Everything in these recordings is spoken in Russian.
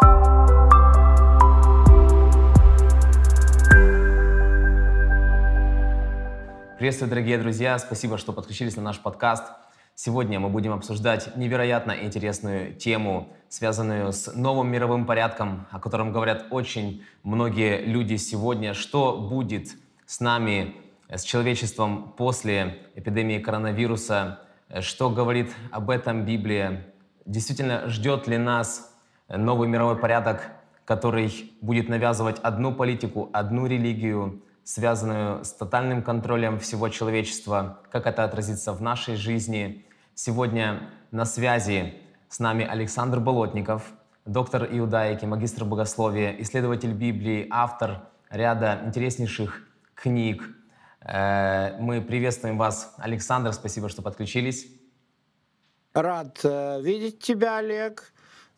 Приветствую, дорогие друзья! Спасибо, что подключились на наш подкаст. Сегодня мы будем обсуждать невероятно интересную тему, связанную с новым мировым порядком, о котором говорят очень многие люди сегодня. Что будет с нами, с человечеством после эпидемии коронавируса? Что говорит об этом Библия? Действительно, ждет ли нас новый мировой порядок, который будет навязывать одну политику, одну религию, связанную с тотальным контролем всего человечества, как это отразится в нашей жизни. Сегодня на связи с нами Александр Болотников, доктор иудаики, магистр богословия, исследователь Библии, автор ряда интереснейших книг. Мы приветствуем вас, Александр, спасибо, что подключились. Рад видеть тебя, Олег.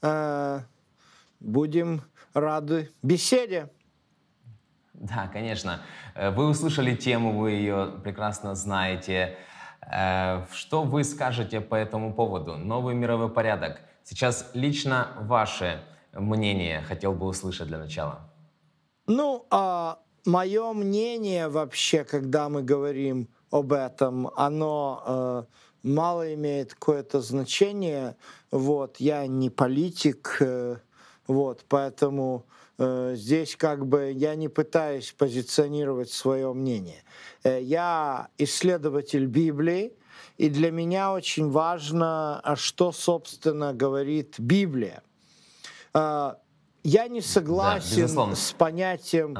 Будем рады беседе. Да, конечно. Вы услышали тему, вы ее прекрасно знаете. Что вы скажете по этому поводу? Новый мировой порядок. Сейчас лично ваше мнение хотел бы услышать для начала. Мое мнение вообще, когда мы говорим об этом, оно мало имеет какое-то значение. Я не политик, поэтому здесь я не пытаюсь позиционировать свое мнение. Я исследователь Библии, и для меня очень важно, что, собственно, говорит Библия. Я не согласен с понятием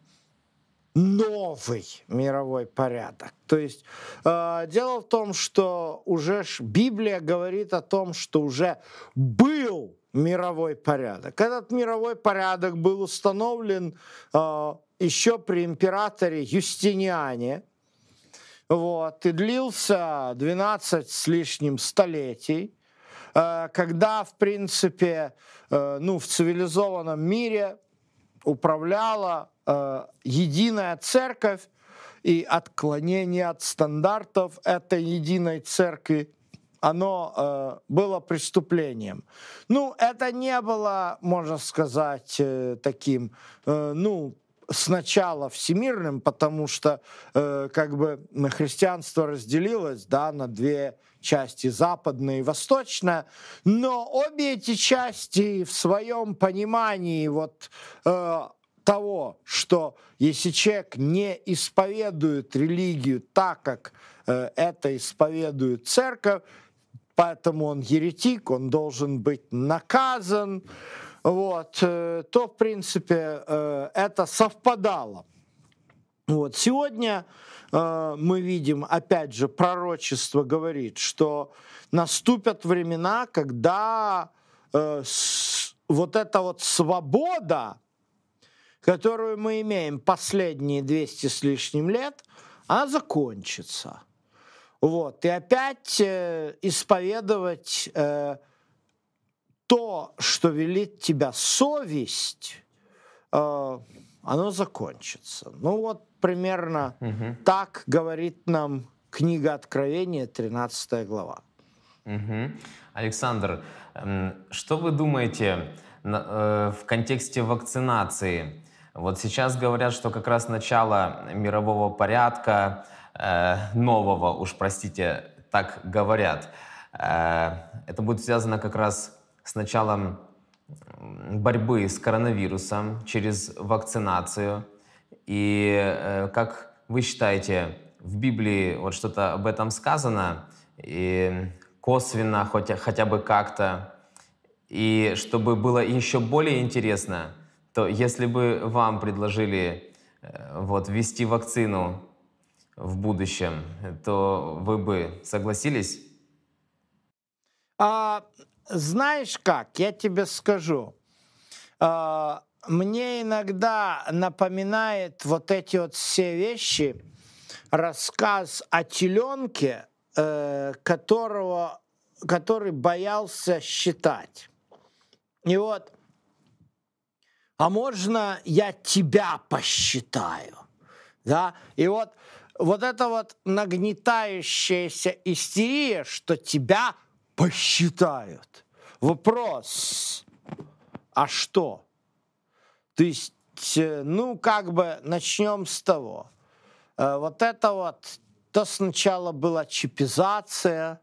«новый мировой порядок». То есть дело в том, что уже Библия говорит о том, что уже был мировой порядок. Этот мировой порядок был установлен еще при императоре Юстиниане, и длился 12 с лишним столетий, когда, в принципе, в цивилизованном мире управляла единая церковь, и отклонение от стандартов этой единой церкви оно было преступлением. Это не было, можно сказать, таким, сначала всемирным, потому что христианство разделилось на две части, западная и восточная, но обе эти части в своем понимании того, что если человек не исповедует религию так, как это исповедует церковь, поэтому он еретик, он должен быть наказан, то, в принципе, это совпадало. Сегодня мы видим, опять же, пророчество говорит, что наступят времена, когда эта свобода, которую мы имеем последние 200 с лишним лет, она закончится. И опять исповедовать то, что велит тебя совесть, оно закончится. Примерно так говорит нам книга Откровения, 13 глава. Александр, что вы думаете в контексте вакцинации? Сейчас говорят, что как раз начало мирового порядка, нового, уж простите, так говорят. Это будет связано как раз с началом борьбы с коронавирусом через вакцинацию. И как вы считаете, в Библии что-то об этом сказано? И косвенно, хотя бы как-то? И чтобы было еще более интересно, то если бы вам предложили ввести вакцину в будущем, то вы бы согласились? Знаешь как, я тебе скажу. Мне иногда напоминает эти все вещи рассказ о теленке, который боялся считать. И а можно я тебя посчитаю? Да? И эта нагнетающаяся истерия, что тебя посчитают. Вопрос, а что? То есть, ну, как бы начнем с того. Вот это вот, то сначала была чипизация,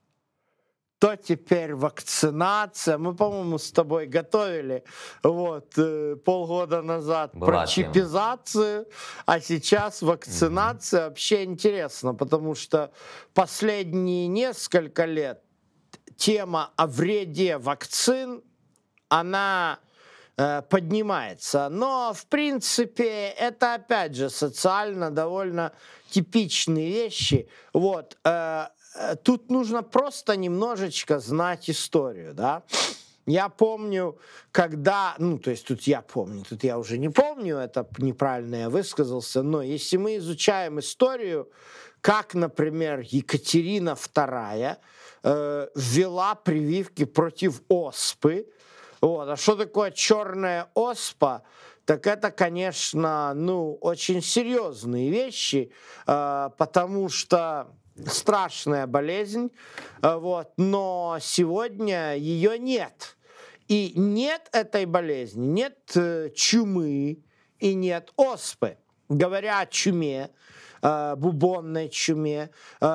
то теперь вакцинация. Мы, по-моему, с тобой готовили вот, полгода назад Была про тема. чипизацию, а сейчас вакцинация. Вообще интересно, потому что последние несколько лет тема о вреде вакцин, она поднимается. Но, в принципе, это, опять же, социально довольно типичные вещи. Вот. Тут нужно просто немножечко знать историю, да. Я помню, когда, ну, то есть тут я помню, тут я уже не помню, это неправильно я высказался, но если мы изучаем историю, как, например, Екатерина II ввела прививки против оспы. Вот. А что такое черная оспа? Так это, конечно, ну, очень серьезные вещи, потому что страшная болезнь, вот, но сегодня ее нет. И нет этой болезни, нет чумы и нет оспы. Говоря о чуме, бубонной чуме,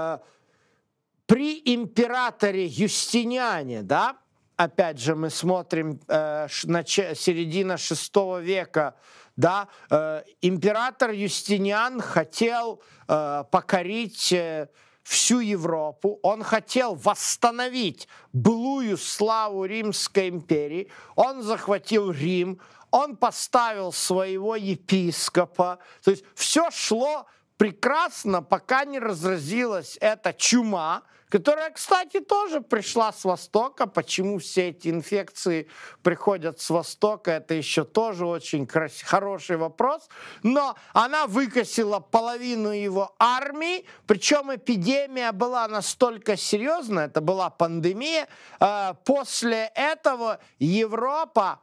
при императоре Юстиниане, да, опять же, мы смотрим середина VI века, да, император Юстиниан хотел покорить всю Европу, он хотел восстановить былую славу Римской империи, он захватил Рим, он поставил своего епископа, то есть все шло прекрасно, пока не разразилась эта чума, которая, кстати, тоже пришла с Востока. Почему все эти инфекции приходят с Востока, это еще тоже очень хороший вопрос. Но она выкосила половину его армии, причем эпидемия была настолько серьезная, это была пандемия. После этого Европа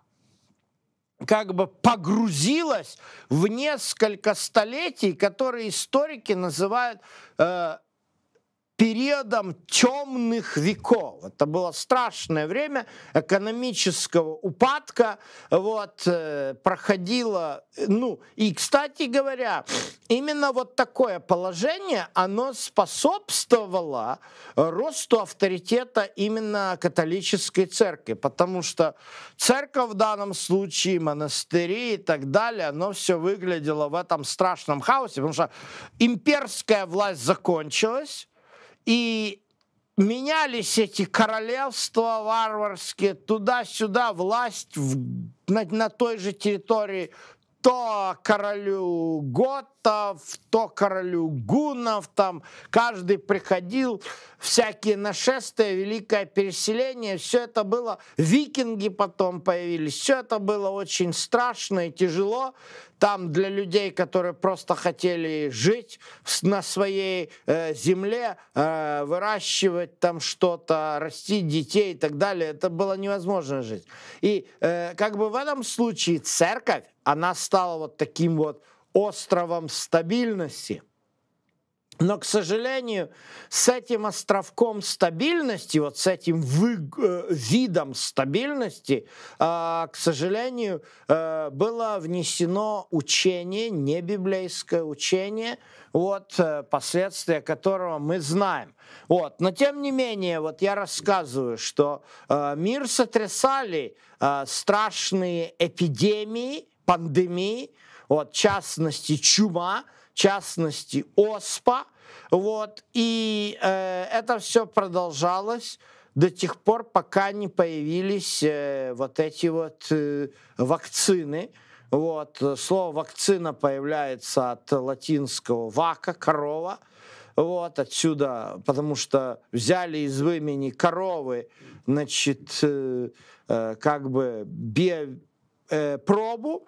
как бы погрузилась в несколько столетий, которые историки называют периодом темных веков. Это было страшное время экономического упадка. Вот, проходило, ну, и, кстати говоря, именно вот такое положение, оно способствовало росту авторитета именно католической церкви, потому что церковь в данном случае, монастыри и так далее, оно все выглядело в этом страшном хаосе, потому что имперская власть закончилась, и менялись эти королевства варварские, туда-сюда, власть на той же территории, то королю готов, то королю гуннов, там каждый приходил, всякие нашествия, великое переселение, все это было, викинги потом появились, все это было очень страшно и тяжело, там для людей, которые просто хотели жить на своей земле, выращивать там что-то, растить детей и так далее, это было невозможно жить. И как бы в этом случае церковь, она стала вот таким вот островом стабильности. Но, к сожалению, с этим островком стабильности, вот с этим видом стабильности, к сожалению, было внесено учение, не библейское учение, вот, последствия которого мы знаем. Вот. Но, тем не менее, вот я рассказываю, что мир сотрясали страшные эпидемии, пандемии, вот, в частности, чума, в частности, оспа, вот, и это все продолжалось до тех пор, пока не появились вот эти вот вакцины. Вот, слово «вакцина» появляется от латинского «вака», корова, вот, отсюда, потому что взяли из имени коровы, значит, как бы пробу,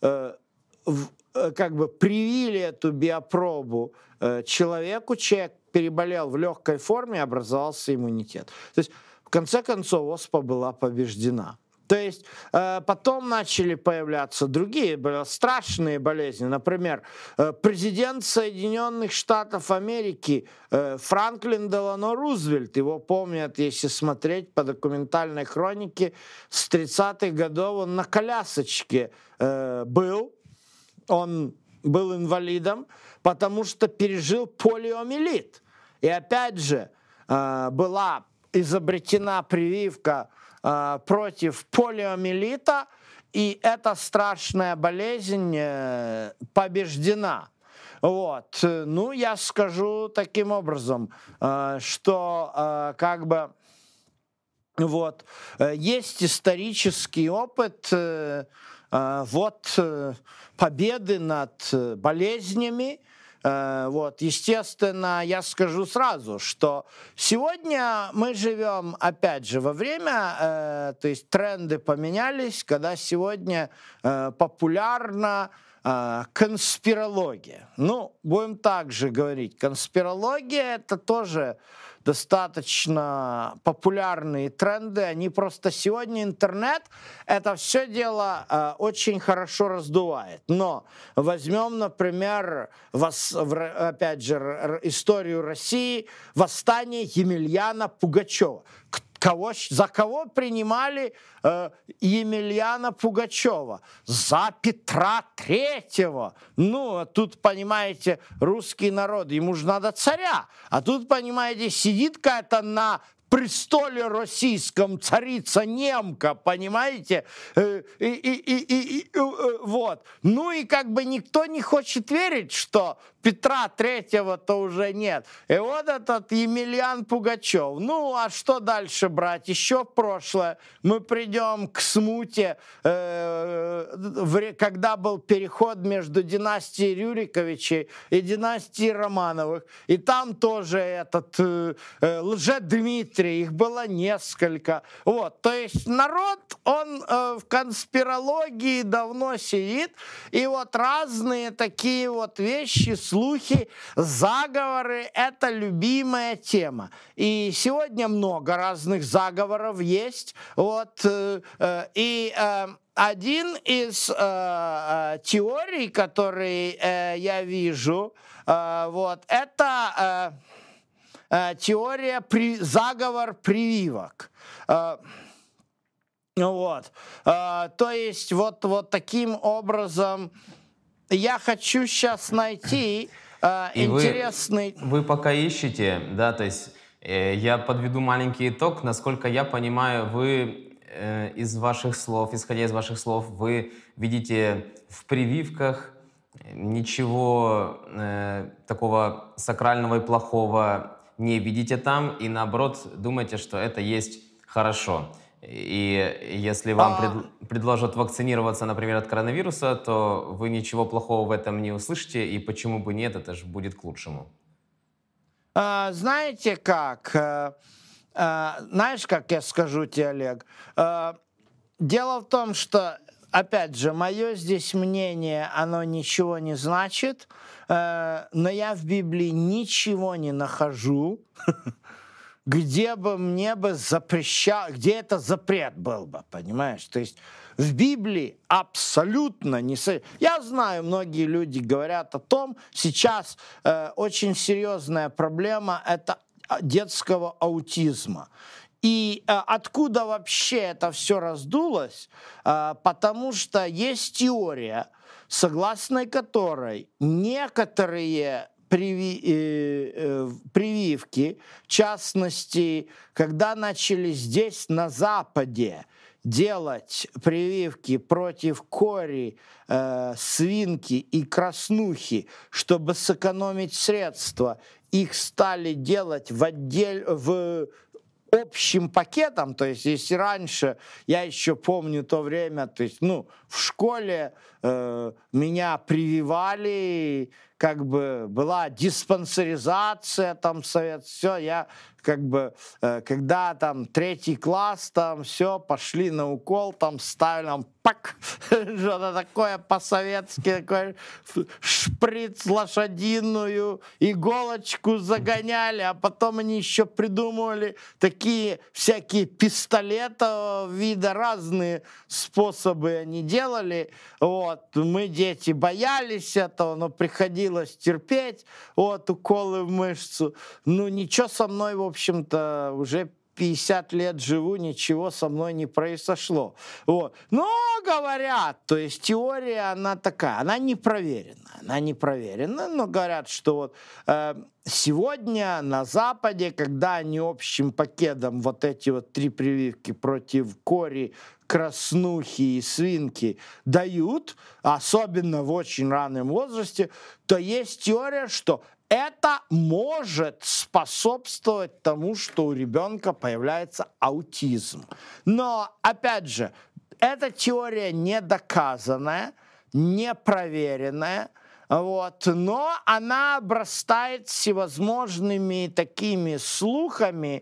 как бы привили эту биопробу человеку, человек переболел в легкой форме, образовался иммунитет. То есть, в конце концов, оспа была побеждена. То есть потом начали появляться другие страшные болезни. Например, президент Соединенных Штатов Америки Франклин Делано Рузвельт, его помнят, если смотреть по документальной хронике, с 30-х годов он на колясочке был. Он был инвалидом, потому что пережил полиомиелит. И опять же была изобретена прививка против полиомиелита, и эта страшная болезнь побеждена. Вот. Ну, я скажу таким образом, что как бы вот есть исторический опыт вот победы над болезнями. Вот, естественно, я скажу сразу, что сегодня мы живем, опять же, во время, то есть тренды поменялись, когда сегодня популярна конспирология. Ну, будем также говорить, конспирология — это тоже достаточно популярные тренды, они просто сегодня интернет это все дело очень хорошо раздувает. Но возьмем, например, опять же, историю России, восстание Емельяна Пугачева. За кого принимали Емельяна Пугачева? За Петра Третьего. Ну, тут, понимаете, русский народ, ему же надо царя. А тут, понимаете, сидит какая-то на престоле российском царица немка, понимаете? Вот. Ну и как бы никто не хочет верить, что Петра Третьего-то уже нет. И вот этот Емельян Пугачев. Ну, а что дальше брать? Еще в прошлое мы придем к смуте, когда был переход между династией Рюриковичей и династией Романовых. И там тоже этот Лжедмитрий, их было несколько. Вот. То есть народ, он в конспирологии давно сидит, и вот разные такие вот вещи, слухи, заговоры — это любимая тема. И сегодня много разных заговоров есть. Вот, один из теорий, которые я вижу, вот, это теория заговор прививок. Вот. То есть вот таким образом я хочу сейчас найти интересный... Вы пока ищете, да, то есть я подведу маленький итог. Насколько я понимаю, вы из ваших слов, исходя из ваших слов, вы видите в прививках ничего такого сакрального и плохого не видите там, и наоборот думаете, что это есть хорошо. И если вам предложат вакцинироваться, например, от коронавируса, то вы ничего плохого в этом не услышите, и почему бы нет, это же будет к лучшему. Знаете как? Знаешь, как я скажу тебе, Олег? Дело в том, что, опять же, мое здесь мнение, оно ничего не значит, но я в Библии ничего не нахожу, где бы мне бы запрещал, где это запрет был бы, понимаешь? То есть в Библии абсолютно не... Я знаю, многие люди говорят о том, сейчас очень серьезная проблема — это детского аутизма. И откуда вообще это все раздулось? Потому что есть теория, согласно которой некоторые прививки, в частности, когда начали здесь, на Западе, делать прививки против кори, свинки и краснухи, чтобы сэкономить средства, их стали делать в общим пакетом. То есть если раньше, я еще помню то время, то есть, в школе меня прививали, как бы была диспансеризация, там совет, все, я как бы, когда там 3 класс, там все, пошли на укол, там ставили, там, пак, что-то такое по-советски, такой шприц лошадиную, иголочку загоняли, а потом они еще придумывали такие всякие пистолеты, вида разные способы они делали. Вот. Мы, дети, боялись этого, но приходилось терпеть, вот, уколы в мышцу. Ну, ничего со мной, в общем-то, уже 50 лет живу, ничего со мной не произошло. Вот. Но говорят, то есть теория, она такая, она не проверена, но говорят, что вот сегодня на Западе, когда они общим пакетом вот эти вот 3 прививки против кори, краснухи и свинки дают, особенно в очень раннем возрасте, то есть теория, что это может способствовать тому, что у ребенка появляется аутизм. Но, опять же, эта теория не доказанная, не проверенная, вот, но она обрастает всевозможными такими слухами,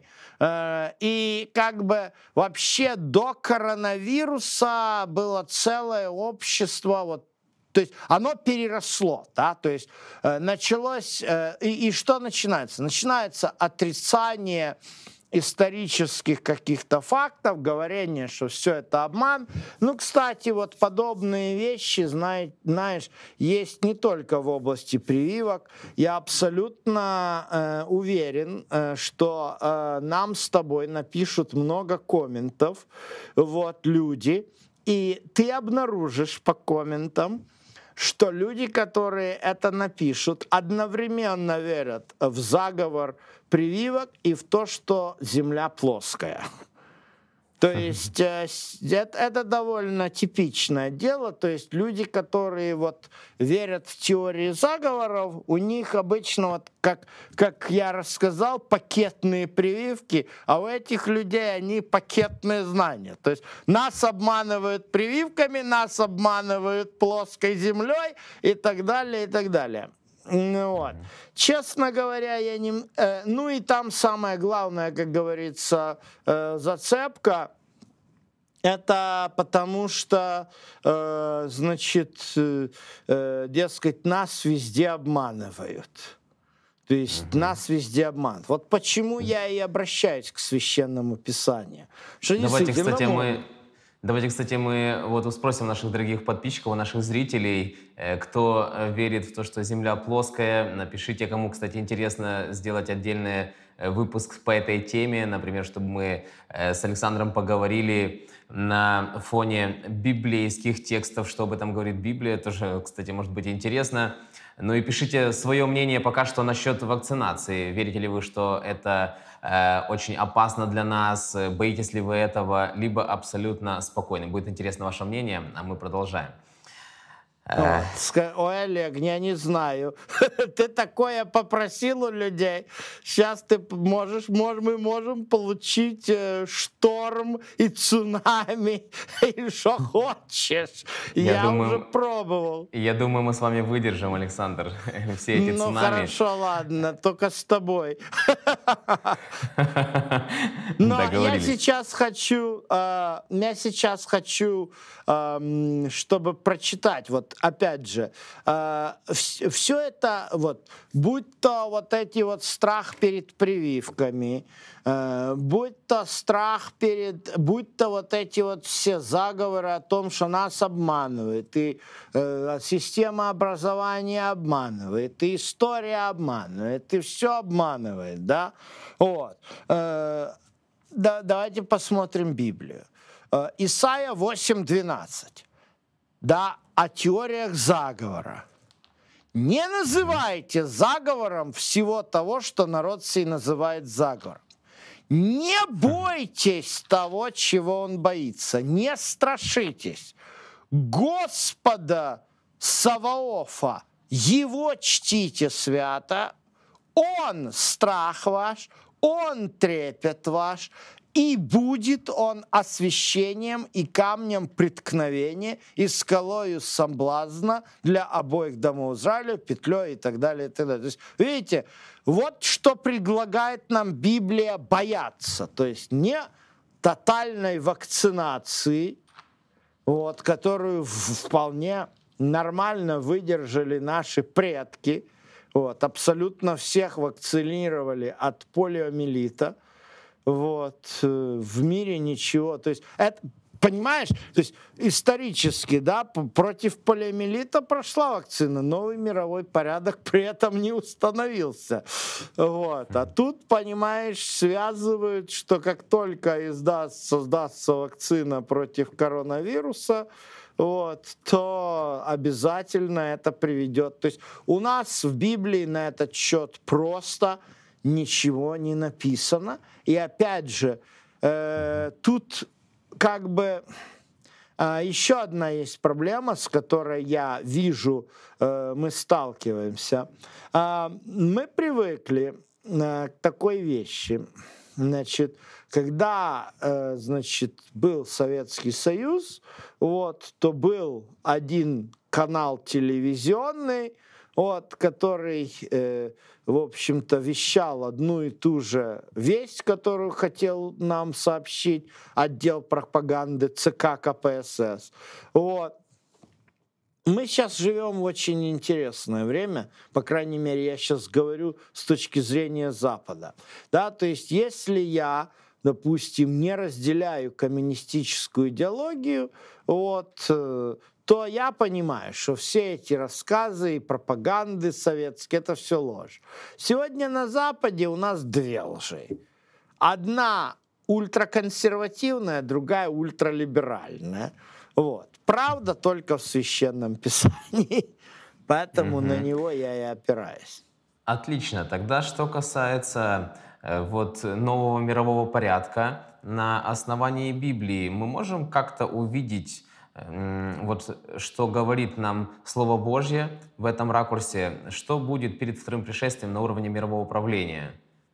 и как бы вообще до коронавируса было целое общество, вот, то есть оно переросло, да, то есть началось, и что начинается? Начинается отрицание исторических каких-то фактов, говорение, что все это обман. Ну, кстати, вот подобные вещи, знаешь, есть не только в области прививок. Я абсолютно уверен, что нам с тобой напишут много комментов, вот, люди, и ты обнаружишь по комментам, что люди, которые это напишут, одновременно верят в заговор прививок и в то, что Земля плоская. То есть это довольно типичное дело. То есть люди, которые вот верят в теории заговоров, у них обычно, вот, как я рассказал, пакетные прививки, а у этих людей они пакетные знания. То есть нас обманывают прививками, нас обманывают плоской землей и так далее, и так далее. Вот. Честно говоря, я не... Ну и там самое главное, как говорится, зацепка. Это потому что, значит, дескать, нас везде обманывают. То есть нас везде обманывают. Вот почему я и обращаюсь к Священному Писанию. Что Давайте, кстати, мы вот спросим наших дорогих подписчиков, наших зрителей, кто верит в то, что Земля плоская. Напишите, кому, кстати, интересно сделать отдельный выпуск по этой теме, например, чтобы мы с Александром поговорили на фоне библейских текстов, что об этом говорит Библия. Тоже, кстати, может быть интересно. Ну и пишите свое мнение пока что насчет вакцинации. Верите ли вы, что это очень опасно для нас? Боитесь ли вы этого? Либо абсолютно спокойны? Будет интересно ваше мнение, а мы продолжаем. Ой, Олег, я не знаю. Ты такое попросил у людей. Сейчас мы можем получить шторм и цунами, и что хочешь. Я уже пробовал. Я думаю, мы с вами выдержим, Александр, все эти цунами. Ну, хорошо, ладно, только с тобой. Но я сейчас хочу, чтобы прочитать, вот опять же, все это, вот, будь то вот эти вот страх перед прививками, будь то будь то вот эти вот все заговоры о том, что нас обманывают, и система образования обманывает, и история обманывает, и все обманывает, да? Вот. Давайте посмотрим Библию. Исайя 8:12. Да, о теориях заговора. Не называйте заговором всего того, что народ сей называет заговором. Не бойтесь того, чего он боится. Не страшитесь. Господа Саваофа, его чтите свято. Он страх ваш, он трепет ваш. и будет он освящением и камнем преткновения, и скалою соблазна для обоих домов Израиля, петлей и так далее, и так далее. То есть, видите, вот что предлагает нам Библия бояться. То есть не тотальной вакцинации, вот, которую вполне нормально выдержали наши предки. Вот, абсолютно всех вакцинировали от полиомиелита. Вот, в мире ничего. То есть, это, понимаешь, то есть исторически, да, против полиомиелита прошла вакцина, новый мировой порядок при этом не установился. Вот. А тут, понимаешь, связывают, что как только создастся вакцина против коронавируса, вот, то обязательно это приведет. То есть у нас в Библии на этот счет просто ничего не написано. И опять же, тут как бы еще одна есть проблема, с которой я вижу, мы сталкиваемся. Мы привыкли к такой вещи. Значит, когда, значит, был Советский Союз, вот, то был один канал телевизионный, вот, который, в общем-то, вещал одну и ту же весть, которую хотел нам сообщить отдел пропаганды ЦК КПСС. Вот. Мы сейчас живем в очень интересное время, по крайней мере, я сейчас говорю с точки зрения Запада. Да, то есть если я, допустим, не разделяю коммунистическую идеологию, вот, то я понимаю, что все эти рассказы и пропаганды советские – это все ложь. Сегодня на Западе у нас две лжи. Одна ультраконсервативная, другая ультралиберальная. Вот. Правда только в Священном Писании, поэтому на него я и опираюсь. Отлично. Тогда что касается вот нового мирового порядка, на основании Библии мы можем как-то увидеть, вот что говорит нам Слово Божье в этом ракурсе, что будет перед вторым пришествием на уровне мирового правления?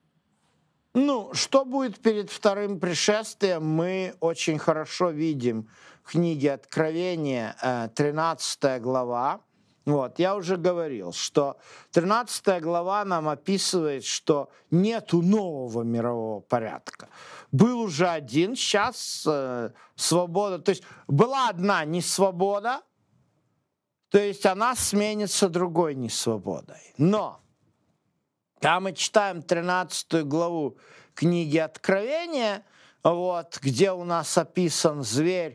Ну, что будет перед вторым пришествием, мы очень хорошо видим в книге Откровения, 13 глава. Вот, я уже говорил, что 13 глава нам описывает, что нету нового мирового порядка. Был уже один, сейчас свобода. То есть была одна несвобода, то есть она сменится другой несвободой. Но когда мы читаем 13 главу книги Откровения, вот, где у нас описан зверь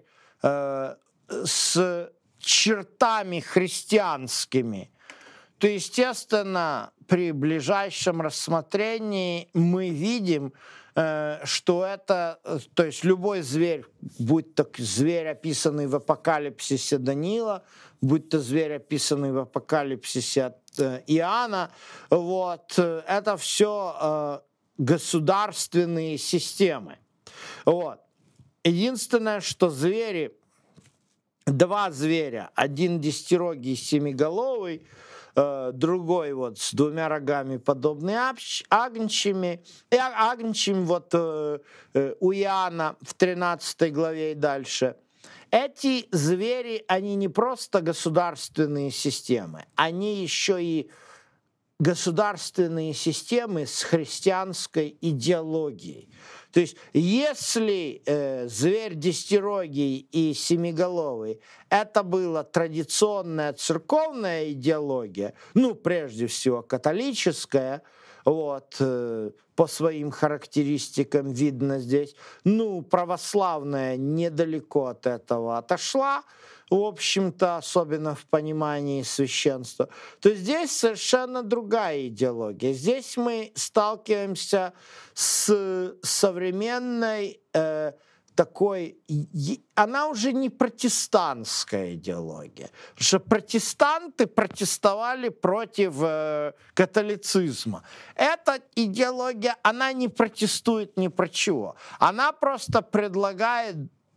с чертами христианскими, то, естественно, при ближайшем рассмотрении мы видим, что это, то есть любой зверь, будь то зверь, описанный в Апокалипсисе Даниила, будь то зверь, описанный в Апокалипсисе от Иоанна, вот, это все государственные системы. Вот. Единственное, что звери, два зверя, один десятирогий семиголовый, другой вот с двумя рогами, подобный агнчими, и агнчим вот у Иоанна в 13 главе и дальше. Эти звери, они не просто государственные системы, они еще и государственные системы с христианской идеологией. То есть, если зверь десятирогий и семиголовый это была традиционная церковная идеология, ну, прежде всего, католическая, вот, по своим характеристикам видно здесь, ну, православная недалеко от этого отошла, в общем-то, особенно в понимании священства, то здесь совершенно другая идеология. Здесь мы сталкиваемся с современной такой, она уже не протестантская идеология, потому что протестанты протестовали против католицизма. Эта идеология, она не протестует ни про чего, она просто предлагает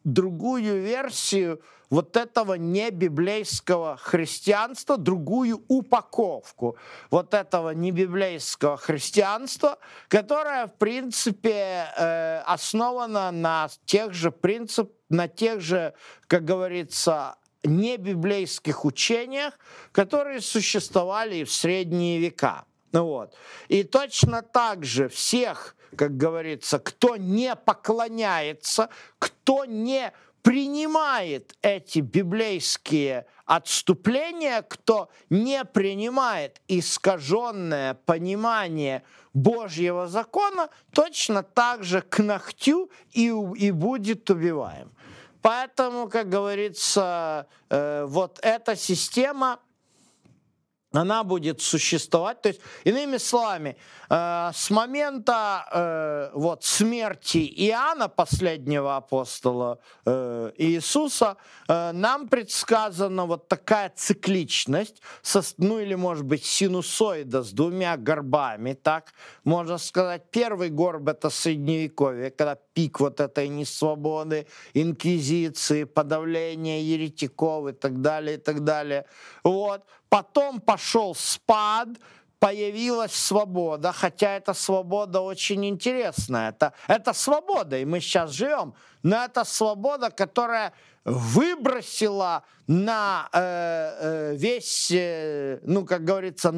другую версию вот этого небиблейского христианства, другую упаковку вот этого небиблейского христианства, которое, в принципе, основано на тех же принципах, на тех же, как говорится, небиблейских учениях, которые существовали и в средние века. Вот. И точно так же всех, как говорится, кто не поклоняется, кто не принимает эти библейские отступления, кто не принимает искаженное понимание Божьего закона, точно так же к ногтю и будет убиваем. Поэтому, как говорится, вот эта система, она будет существовать. То есть, иными словами, с момента вот, смерти Иоанна, последнего апостола Иисуса, нам предсказана вот такая цикличность, ну или, может быть, синусоида с двумя горбами, так можно сказать. Первый горб — это Средневековье, когда пик вот этой несвободы, инквизиции, подавления еретиков и так далее, и так далее. Вот. Потом пошел спад, появилась свобода, хотя эта свобода очень интересная. Это свобода, и мы сейчас живем, но это свобода, которая выбросила на весь, ну, как говорится,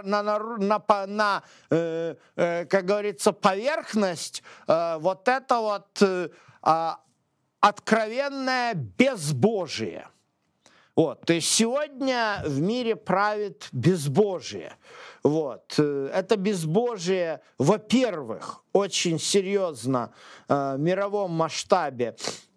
как говорится, поверхность вот это вот откровенное безбожие. Вот, то есть сегодня в мире правит безбожие. Вот. Это безбожие, во-первых, очень серьезно в мировом масштабе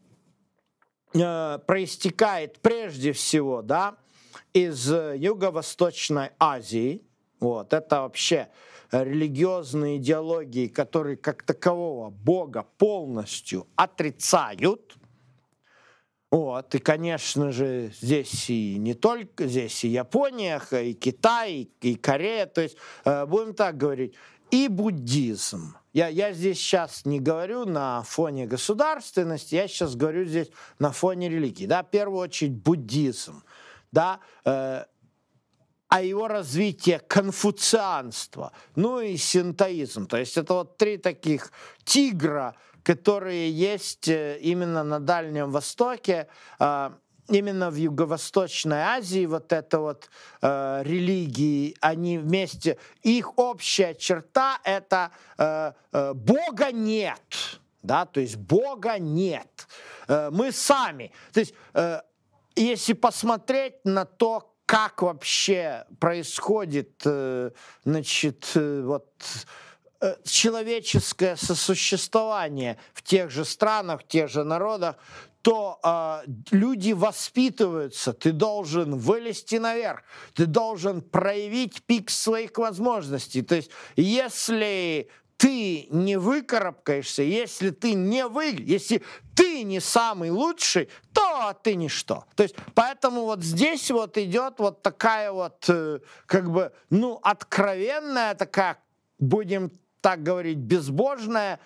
проистекает прежде всего, да, из Юго-Восточной Азии. Вот. Это вообще религиозные идеологии, которые как такового Бога полностью отрицают. Вот, и, конечно же, здесь и не только, здесь и Япония, и Китай, и Корея, то есть, будем так говорить, и буддизм. Я здесь сейчас не говорю на фоне государственности, я сейчас говорю здесь на фоне религии. Да, в первую очередь буддизм, да, а его развитие конфуцианство, ну и синтоизм. То есть это вот три таких тигра, которые есть именно на Дальнем Востоке, именно в Юго-Восточной Азии, вот это вот религии, они вместе, их общая черта — это Бога нет, да, то есть Бога нет, мы сами. То есть если посмотреть на то, как вообще происходит, значит, вот человеческое сосуществование в тех же странах, в тех же народах, то люди воспитываются, ты должен вылезти наверх, ты должен проявить пик своих возможностей. То есть если ты не выкарабкаешься, если ты если ты не самый лучший, то ты ничто. То есть поэтому вот здесь вот идет вот такая вот как бы, ну, откровенная такая, будем так говорить, безбожное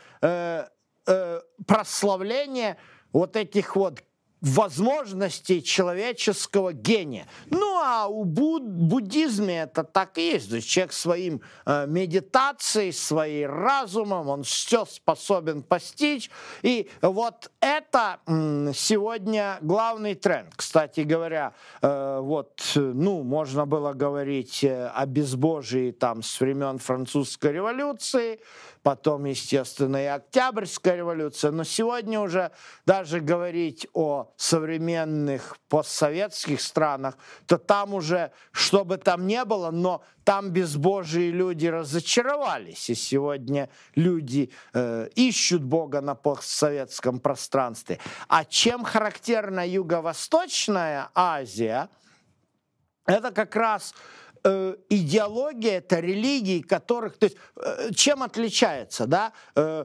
прославление вот этих вот возможностей человеческого гения. Ну, а у буддизме это так и есть. То есть человек своим медитацией, своим разумом, он все способен постичь. И вот это сегодня главный тренд. Кстати говоря, вот, ну, можно было говорить о безбожии там с времен Французской революции, потом, естественно, и Октябрьская революция, но сегодня уже даже говорить о современных постсоветских странах, то там уже, что бы там ни было, но там безбожие люди разочаровались, и сегодня люди ищут Бога на постсоветском пространстве. А чем характерна Юго-Восточная Азия, это как раз идеология, это религии, которых, то есть, чем отличается, да,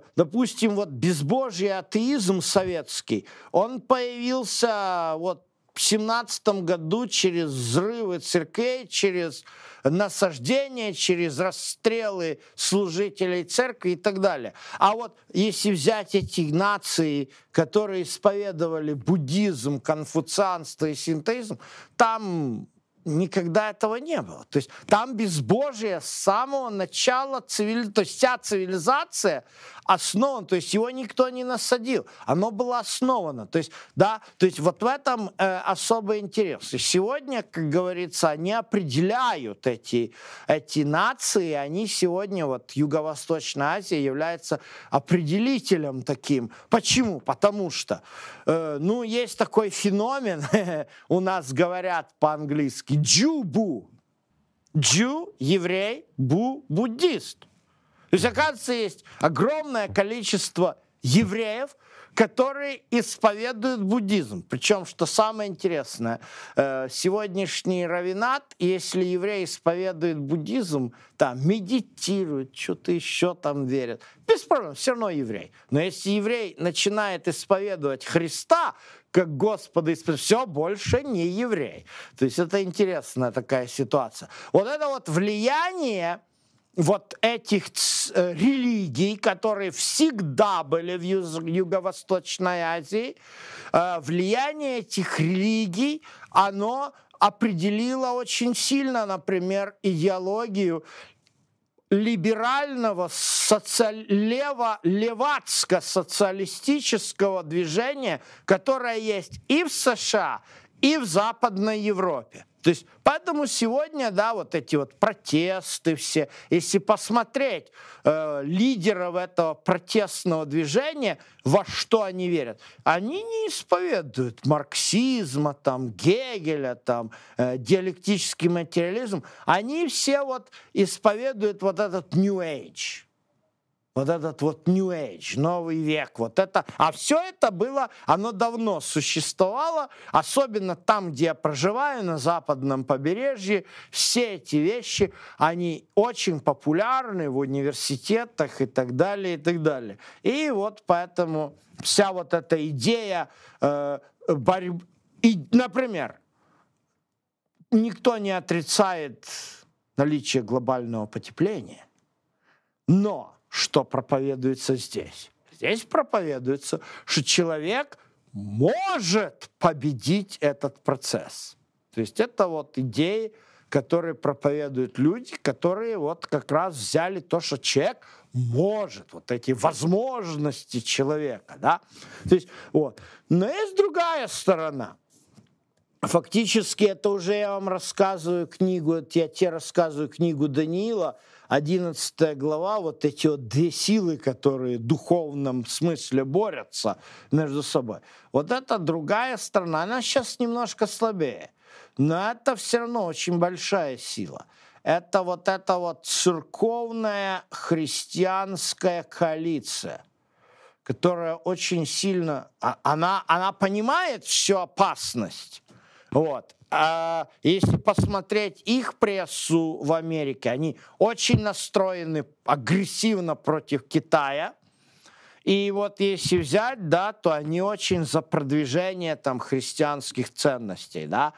допустим, вот безбожие, атеизм советский, он появился вот 17 году через взрывы церквей, через насаждения, через расстрелы служителей церкви и так далее. А вот если взять эти нации, которые исповедовали буддизм, конфуцианство и синтоизм, там никогда этого не было. То есть там безбожие с самого начала, то есть вся цивилизация основана, то есть его никто не насадил, оно было основано. То есть, да, то есть вот в этом особый интерес. И сегодня, как говорится, они определяют эти нации, они сегодня, вот Юго-Восточная Азия является определителем таким. Почему? Потому что, есть такой феномен, у нас говорят по-английски, Джу-бу. Джу, еврей, бу, буддист. То есть, оказывается, есть огромное количество евреев, которые исповедуют буддизм. Причем, что самое интересное, сегодняшний раввинат, если еврей исповедует буддизм, там медитирует, что-то еще там верит, без проблем, все равно еврей. Но если еврей начинает исповедовать Христа как Господа, все, больше не еврей. То есть это интересная такая ситуация. Вот это вот влияние вот этих религий, которые всегда были в Юго-Восточной Азии, влияние этих религий, оно определило очень сильно, например, идеологию либерального левацко-социалистического движения, которое есть и в США, и в Западной Европе. То есть, поэтому сегодня, да, вот эти вот протесты все, если посмотреть лидеров этого протестного движения, во что они верят, они не исповедуют марксизма, там, Гегеля, там, диалектический материализм, они все вот исповедуют вот этот New Age. Вот этот вот New Age, новый век, вот это. А все это было, оно давно существовало, особенно там, где я проживаю, на западном побережье. Все эти вещи, они очень популярны в университетах и так далее, и так далее. И вот поэтому вся вот эта идея борьбы... Например, никто не отрицает наличие глобального потепления, но что проповедуется здесь? Здесь проповедуется, что человек может победить этот процесс. То есть это вот идеи, которые проповедуют люди, которые вот как раз взяли то, что человек может, вот эти возможности человека, да? То есть вот. Но есть другая сторона. Фактически это уже я вам рассказываю книгу, я тебе рассказываю книгу Даниила, 11 глава, вот эти вот две силы, которые в духовном смысле борются между собой. Вот это другая сторона, она сейчас немножко слабее, но это все равно очень большая сила. Это вот церковная христианская коалиция, которая очень сильно, она понимает всю опасность. Вот. А если посмотреть их прессу в Америке, они очень настроены агрессивно против Китая. И вот если взять, да, то они очень за продвижение там христианских ценностей, да,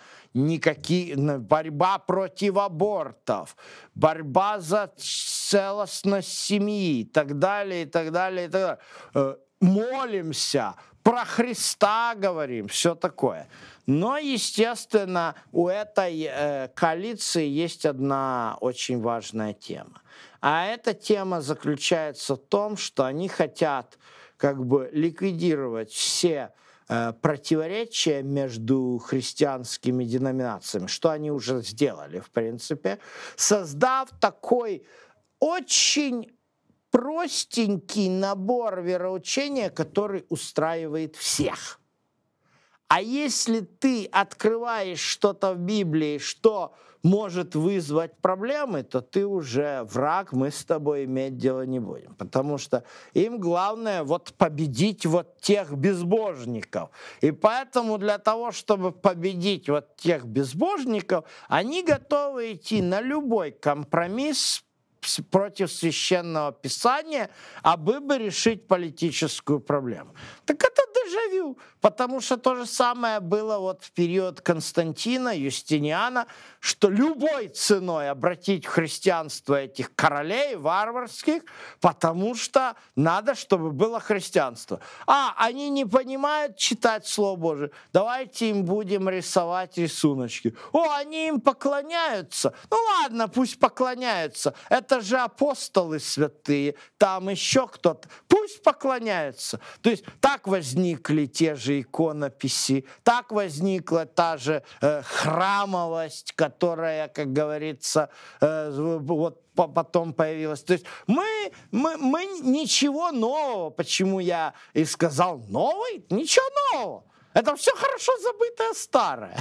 борьба против абортов, борьба за целостность семьи и так далее, и так далее, и так далее. Молимся, про Христа говорим, все такое. Но, естественно, у этой коалиции есть одна очень важная тема. А эта тема заключается в том, что они хотят как бы ликвидировать все противоречия между христианскими деноминациями, что они уже сделали, в принципе, создав такой очень простенький набор вероучения, который устраивает всех. А если ты открываешь что-то в Библии, что может вызвать проблемы, то ты уже враг, мы с тобой иметь дело не будем. Потому что им главное вот победить вот тех безбожников. И поэтому для того, чтобы победить вот тех безбожников, они готовы идти на любой компромисс против священного писания, абы бы решить политическую проблему. Так это дежавю, потому что то же самое было вот в период Константина, Юстиниана, что любой ценой обратить в христианство этих королей варварских, потому что надо, чтобы было христианство. Они не понимают читать Слово Божие, давайте им будем рисовать рисуночки. Они им поклоняются. Ну ладно, пусть поклоняются. Это же апостолы святые, там еще кто-то. Пусть поклоняются. То есть так возникли те же иконописи, так возникла та же храмовость, которая, как говорится, вот потом появилась. То есть мы ничего нового. Почему я и сказал новый? Ничего нового. Это все хорошо забытое старое.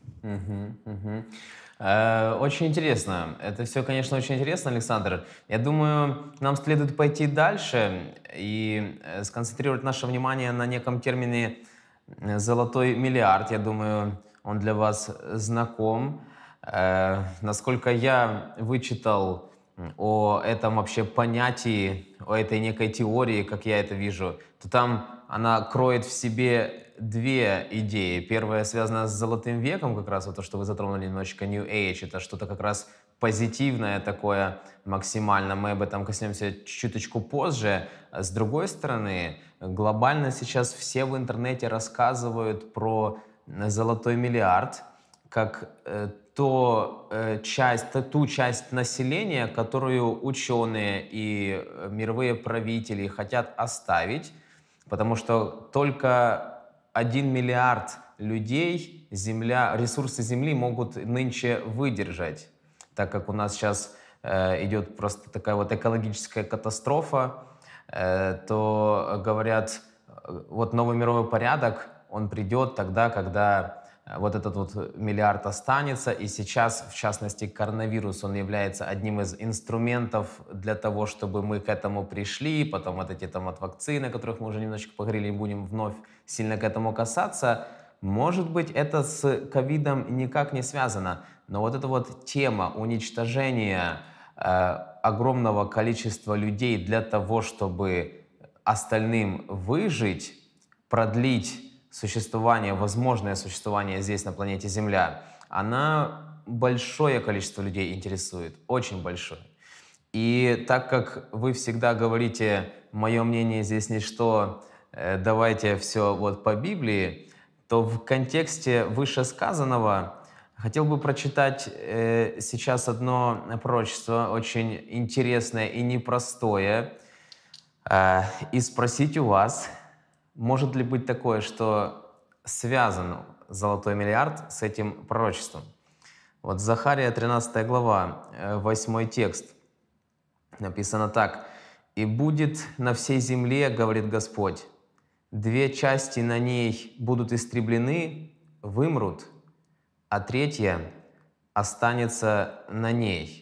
Очень интересно. Это все, конечно, очень интересно, Александр. Я думаю, нам следует пойти дальше и сконцентрировать наше внимание на неком термине «золотой миллиард». Я думаю, он для вас знаком. Насколько я вычитал о этом вообще понятии, о этой некой теории, как я это вижу, то там она кроет в себе две идеи. Первая связана с Золотым веком, как раз вот то, что вы затронули немножечко, New Age. Это что-то как раз позитивное такое максимально. Мы об этом коснемся чуточку позже. С другой стороны, глобально сейчас все в интернете рассказывают про золотой миллиард, как ту часть населения, которую ученые и мировые правители хотят оставить, потому что только 1 миллиард людей ресурсы Земли могут нынче выдержать, так как у нас сейчас идет просто такая вот экологическая катастрофа, то говорят, вот новый мировой порядок, он придет тогда, когда вот этот вот миллиард останется, и сейчас, в частности, коронавирус, он является одним из инструментов для того, чтобы мы к этому пришли, потом вот эти там вот вакцины, о которых мы уже немножечко поговорили, и будем вновь сильно к этому касаться. Может быть, это с ковидом никак не связано, но вот эта вот тема уничтожения огромного количества людей для того, чтобы остальным выжить, продлить возможное существование здесь, на планете Земля, она большое количество людей интересует, очень большое. И так как вы всегда говорите, мое мнение здесь ничто, давайте все вот по Библии, то в контексте вышесказанного хотел бы прочитать сейчас одно пророчество, очень интересное и непростое, и спросить у вас, может ли быть такое, что связан золотой миллиард с этим пророчеством? Вот Захария 13 глава, 8 текст. Написано так. «И будет на всей земле, говорит Господь, 2 части на ней будут истреблены, вымрут, а 3 останется на ней».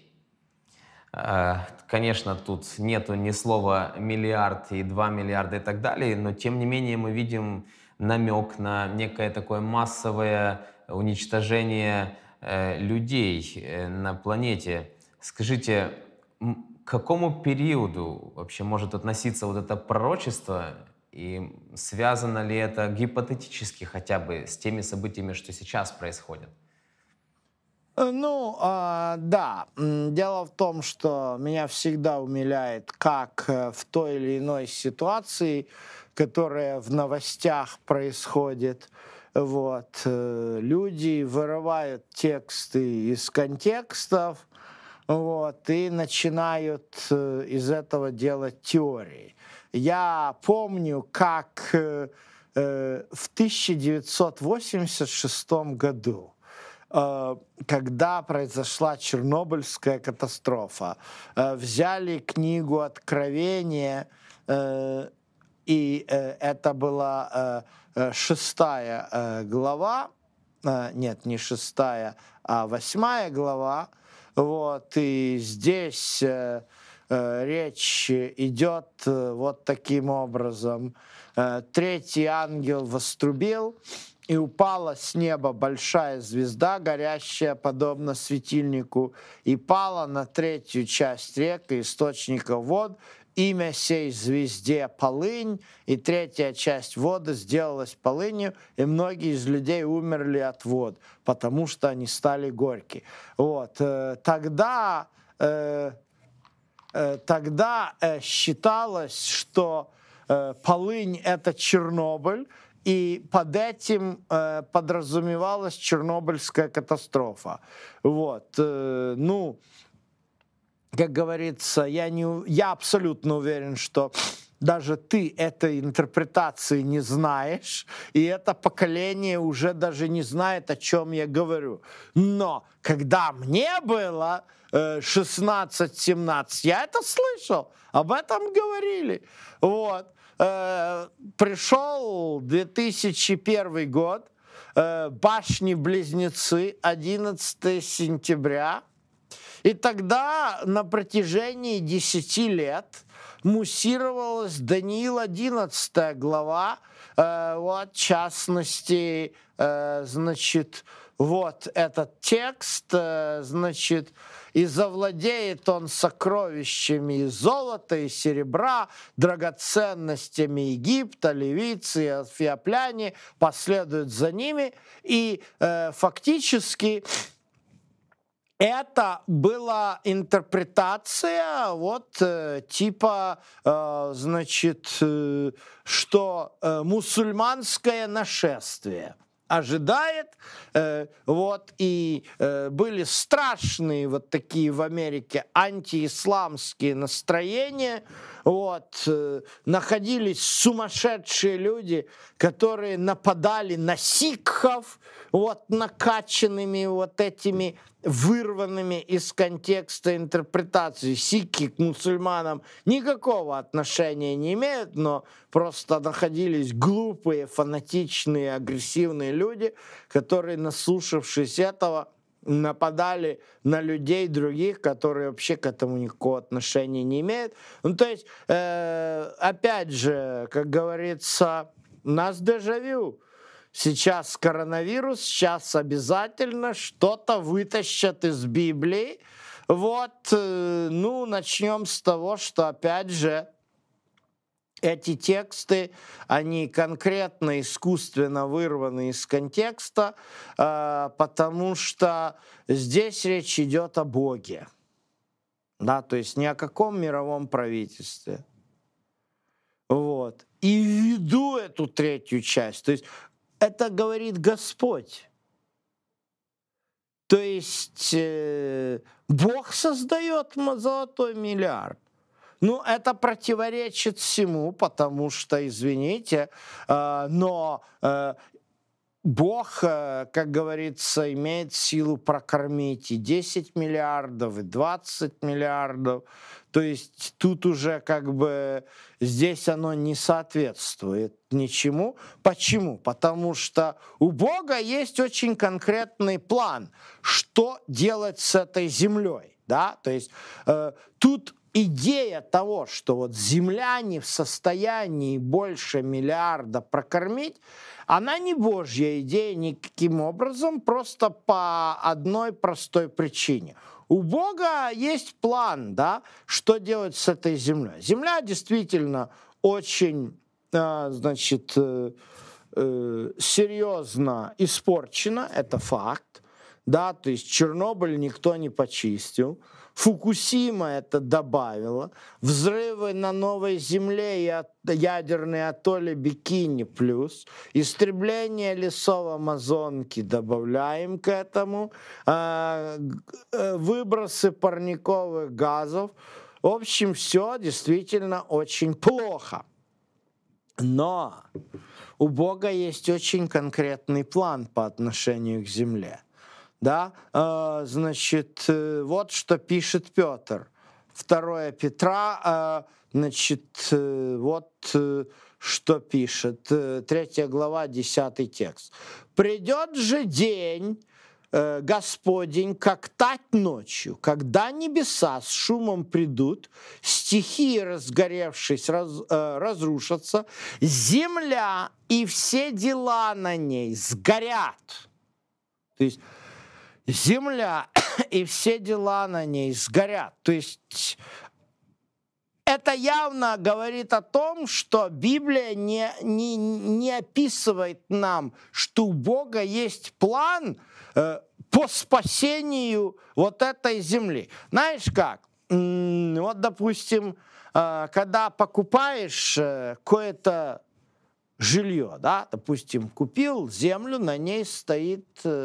Конечно, тут нету ни слова «миллиард» и 2 миллиарда и так далее, но тем не менее мы видим намек на некое такое массовое уничтожение людей на планете. Скажите, к какому периоду вообще может относиться вот это пророчество, и связано ли это гипотетически хотя бы с теми событиями, что сейчас происходят? Да. Дело в том, что меня всегда умиляет, как в той или иной ситуации, которая в новостях происходит, люди вырывают тексты из контекстов, и начинают из этого делать теории. Я помню, как в 1986 году, когда произошла Чернобыльская катастрофа, взяли книгу Откровения, и это была 6 глава, нет, не 6, а 8 глава, и здесь речь идет вот таким образом. 3-й ангел вострубил, и упала с неба большая звезда, горящая подобно светильнику, и пала на третью часть рек и источников вод. Имя сей звезде Полынь, и третья часть воды сделалась полынью, и многие из людей умерли от вод, потому что они стали горькие. Вот. Тогда считалось, что полынь — это Чернобыль, и под этим подразумевалась Чернобыльская катастрофа. Вот. Ну, как говорится, я абсолютно уверен, что даже ты этой интерпретации не знаешь, и это поколение уже даже не знает, о чем я говорю. Но когда мне было 16-17, я это слышал, об этом говорили. Вот. Пришел 2001 год, башни-близнецы, 11 сентября, и тогда на протяжении 10 лет муссировалась Даниил 11 глава, вот, в частности, значит, вот этот текст, значит, «И завладеет он сокровищами из золота и серебра, драгоценностями Египта, ливийцы и эфиопляне последуют за ними». И фактически это была интерпретация вот типа, значит, что мусульманское нашествие ожидает, вот, и были страшные вот такие в Америке антиисламские настроения, вот, находились сумасшедшие люди, которые нападали на сикхов, вот, накачанными вот этими вырванными из контекста интерпретации. Сикхи к мусульманам никакого отношения не имеют, но просто находились глупые, фанатичные, агрессивные люди, которые, наслушавшись этого, нападали на людей других, которые вообще к этому никакого отношения не имеют. Ну, то есть, опять же, как говорится, у нас дежавю. Сейчас коронавирус, сейчас обязательно что-то вытащат из Библии. Вот, ну, начнем с того, что, опять же, эти тексты, они конкретно, искусственно вырваны из контекста, потому что здесь речь идет о Боге. Да, то есть ни о каком мировом правительстве. Вот. И введу эту третью часть. То есть это говорит Господь. То есть Бог создает золотой миллиард. Ну, это противоречит всему, потому что, извините, но Бог, как говорится, имеет силу прокормить и 10 миллиардов, и 20 миллиардов. То есть тут уже как бы здесь оно не соответствует ничему. Почему? Потому что у Бога есть очень конкретный план, что делать с этой землей. Да? То есть тут идея того, что вот земля не в состоянии больше миллиарда прокормить, она не Божья идея никаким образом, просто по одной простой причине. У Бога есть план, да, что делать с этой землей. Земля действительно очень, значит, серьезно испорчена, это факт, да, то есть Чернобыль никто не почистил. Фукусима это добавила. Взрывы на Новой Земле и ядерные атоллы Бикини плюс. Истребление лесов Амазонки добавляем к этому. Выбросы парниковых газов. В общем, все действительно очень плохо. Но у Бога есть очень конкретный план по отношению к Земле. Да, значит, вот что пишет Петр. 2 Петра, значит, вот что пишет. 3 глава, 10 текст. «Придет же день, Господень, как тать ночью, когда небеса с шумом придут, стихии, разгоревшись, разрушатся, земля и все дела на ней сгорят. То есть земля и все дела на ней сгорят. То есть это явно говорит о том, что Библия не описывает нам, что у Бога есть план по спасению вот этой земли. Знаешь как? Вот, допустим, когда покупаешь какое-то жилье, да, допустим, купил землю, на ней стоит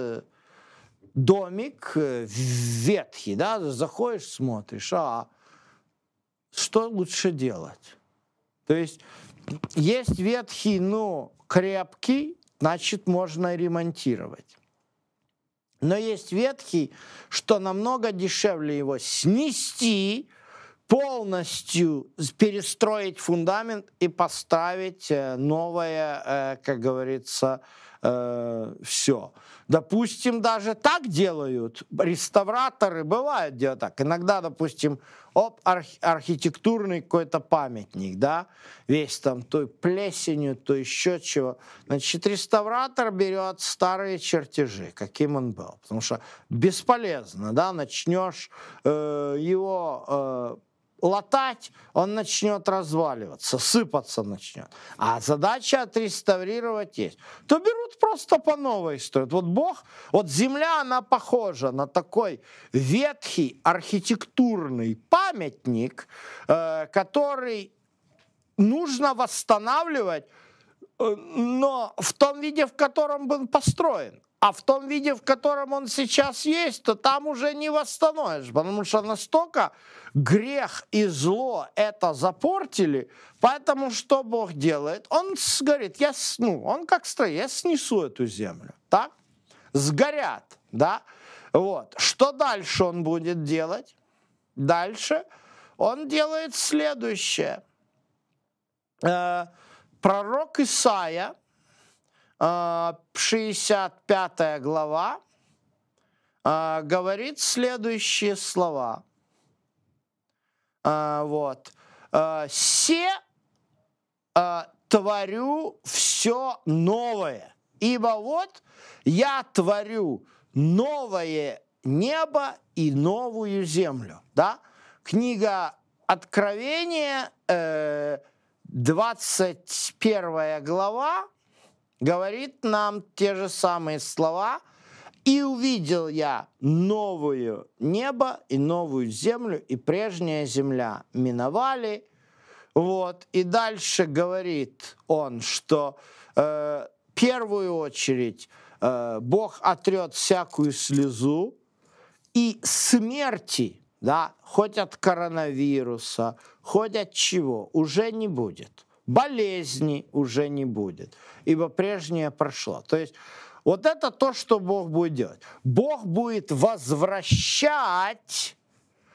домик ветхий, да, заходишь, смотришь, что лучше делать? То есть ветхий, но крепкий, значит, можно ремонтировать. Но есть ветхий, что намного дешевле его снести, полностью перестроить фундамент и поставить новое, как говорится, все. Допустим, даже так делают. Реставраторы бывают делают так. Иногда, допустим, архитектурный какой-то памятник, да, весь там то плесенью, то еще чего. Значит, реставратор берет старые чертежи, каким он был. Потому что бесполезно, да, начнешь его латать, он начнет разваливаться, сыпаться начнет. А задача отреставрировать есть. То берут просто по новой строят. Вот Бог, вот земля, она похожа на такой ветхий архитектурный памятник, который нужно восстанавливать, но в том виде, в котором был построен. А в том виде, в котором он сейчас есть, то там уже не восстановишь, потому что настолько грех и зло это запортили. Поэтому что Бог делает? Он говорит, он как строит, я снесу эту землю, так? Сгорят, да? Вот. Что дальше он будет делать? Дальше он делает следующее. Пророк Исаия, 65 глава, говорит следующие слова. «Се творю все новое, ибо вот я творю новое небо и новую землю». Да? Книга Откровения, 21 глава, говорит нам те же самые слова. «И увидел я новое небо и новую землю, и прежняя земля миновали». Вот. И дальше говорит он, что в первую очередь Бог отрет всякую слезу, и смерти, да, хоть от коронавируса, хоть от чего, уже не будет. Болезни уже не будет, ибо прежнее прошло. То есть вот это то, что Бог будет делать. Бог будет возвращать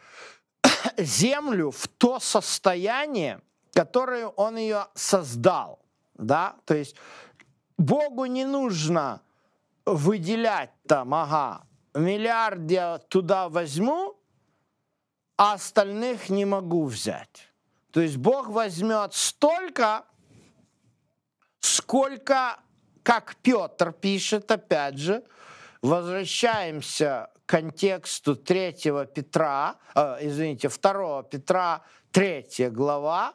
землю в то состояние, которое Он ее создал. Да? То есть Богу не нужно выделять там, миллиард я туда возьму, а остальных не могу взять. То есть Бог возьмет столько, сколько, как Петр пишет, опять же, возвращаемся к контексту 2 Петра, 2 Петра, 3 глава,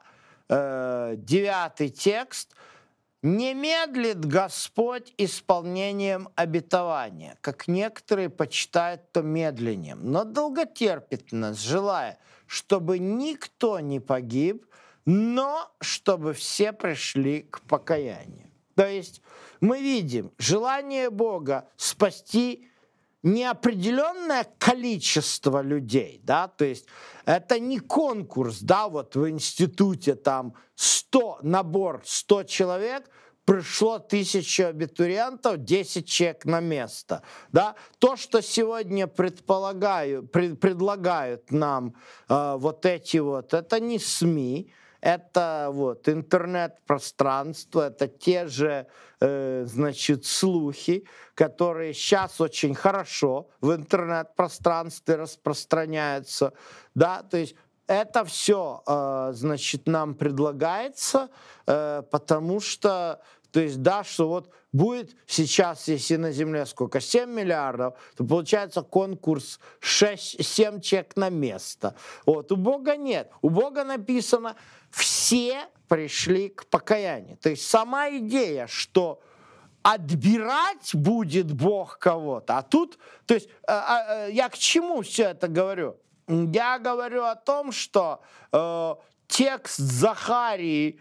9 текст. «Не медлит Господь исполнением обетования, как некоторые почитают то медлением, но долготерпит нас, желая, чтобы никто не погиб, но чтобы все пришли к покаянию». То есть мы видим желание Бога спасти неопределенное количество людей, да, то есть это не конкурс, да, вот в институте там 100 человек, пришло 1000 абитуриентов, 10 человек на место, да. То, что сегодня предлагают нам вот эти вот, это не СМИ, это вот интернет-пространство, это те же, значит, слухи, которые сейчас очень хорошо в интернет-пространстве распространяются, да, то есть это все, значит, нам предлагается, потому что, то есть, да, что вот будет сейчас, если на Земле сколько, 7 миллиардов, то получается конкурс 7 человек на место. Вот, у Бога нет. У Бога написано, все пришли к покаянию. То есть сама идея, что отбирать будет Бог кого-то, а тут, то есть я к чему все это говорю? Я говорю о том, что текст Захарии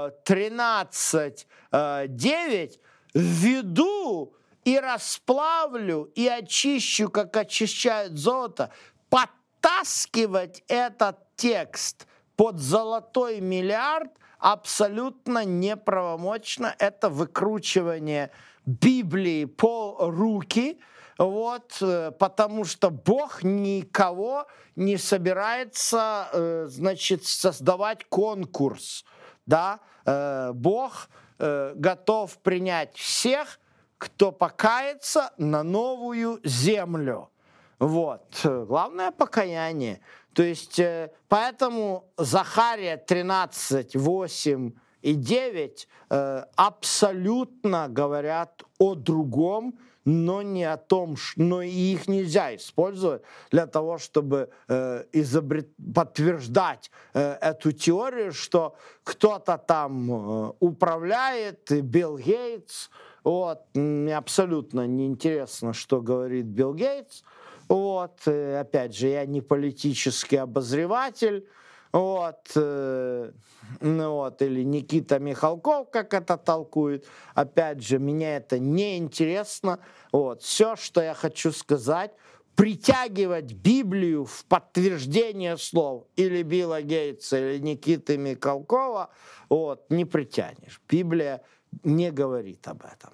13:9 «Введу и расплавлю, и очищу, как очищают золото». Подтаскивать этот текст под золотой миллиард абсолютно неправомочно. Это выкручивание Библии по руки, вот, потому что Бог никого не собирается, значит, создавать конкурс, да, Бог готов принять всех, кто покается, на новую землю. Вот. Главное — покаяние. То есть, поэтому Захария 13:8 и 9 абсолютно говорят о другом, но не о том, но и их нельзя использовать для того, чтобы подтверждать эту теорию, что кто-то там управляет, Билл Гейтс. Вот. Мне абсолютно неинтересно, что говорит Билл Гейтс. Вот. Опять же, я не политический обозреватель. Вот, вот, или Никита Михалков, как это толкует. Опять же, мне это не интересно. Вот, все, что я хочу сказать, притягивать Библию в подтверждение слов или Билла Гейтса, или Никиты Михалкова, вот, не притянешь. Библия не говорит об этом.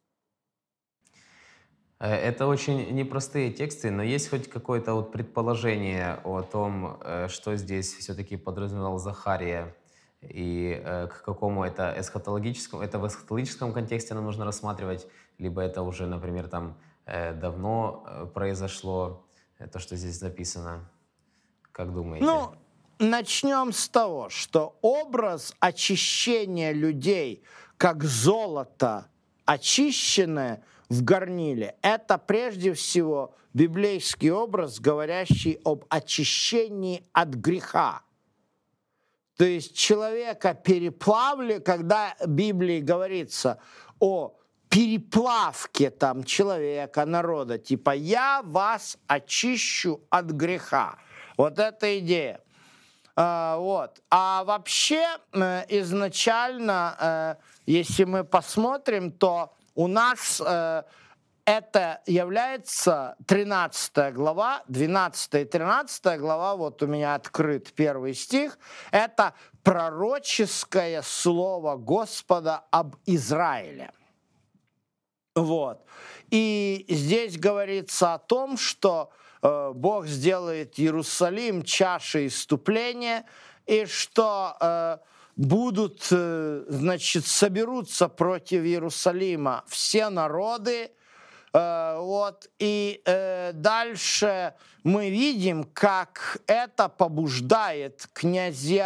Это очень непростые тексты, но есть хоть какое-то вот предположение о том, что здесь все-таки подразумевал Захария и к какому это эсхатологическому, это в эсхатологическом контексте нам нужно рассматривать, либо это уже, например, там давно произошло, то, что здесь написано. Как думаете? Ну, начнем с того, что образ очищения людей, как золото очищенное в горниле, это прежде всего библейский образ, говорящий об очищении от греха. То есть человека переплавли, когда в Библии говорится о переплавке там человека, народа, типа «я вас очищу от греха». Вот эта идея. Вот. А вообще изначально, если мы посмотрим, то у нас это является 13 глава, 12 и 13 глава, вот у меня открыт первый стих, это пророческое слово Господа об Израиле. Вот. И здесь говорится о том, что Бог сделает Иерусалим чашей исступления, и что будут, значит, соберутся против Иерусалима все народы. Вот. И дальше мы видим, как это побуждает князей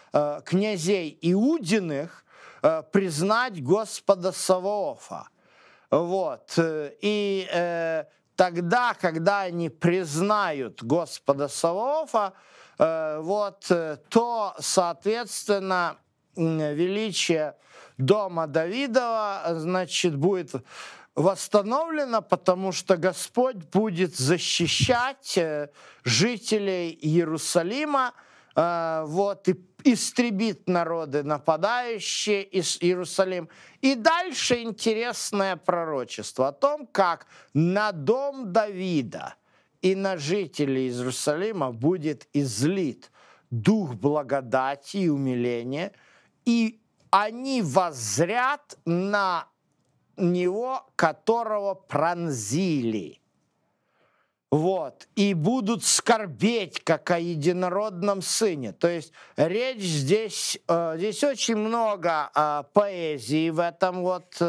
Иудиных признать Господа Саваофа. Вот. И тогда, когда они признают Господа Саваофа, вот, то, соответственно, величие дома Давидова, значит, будет восстановлено, потому что Господь будет защищать жителей Иерусалима, вот, и истребит народы, нападающие из Иерусалима. И дальше интересное пророчество о том, как на дом Давида и на жителей Иерусалима будет излит дух благодати и умиления, и они воззрят на него, которого пронзили. вот, и будут скорбеть, как о единородном сыне. То есть речь здесь очень много поэзии в этом вот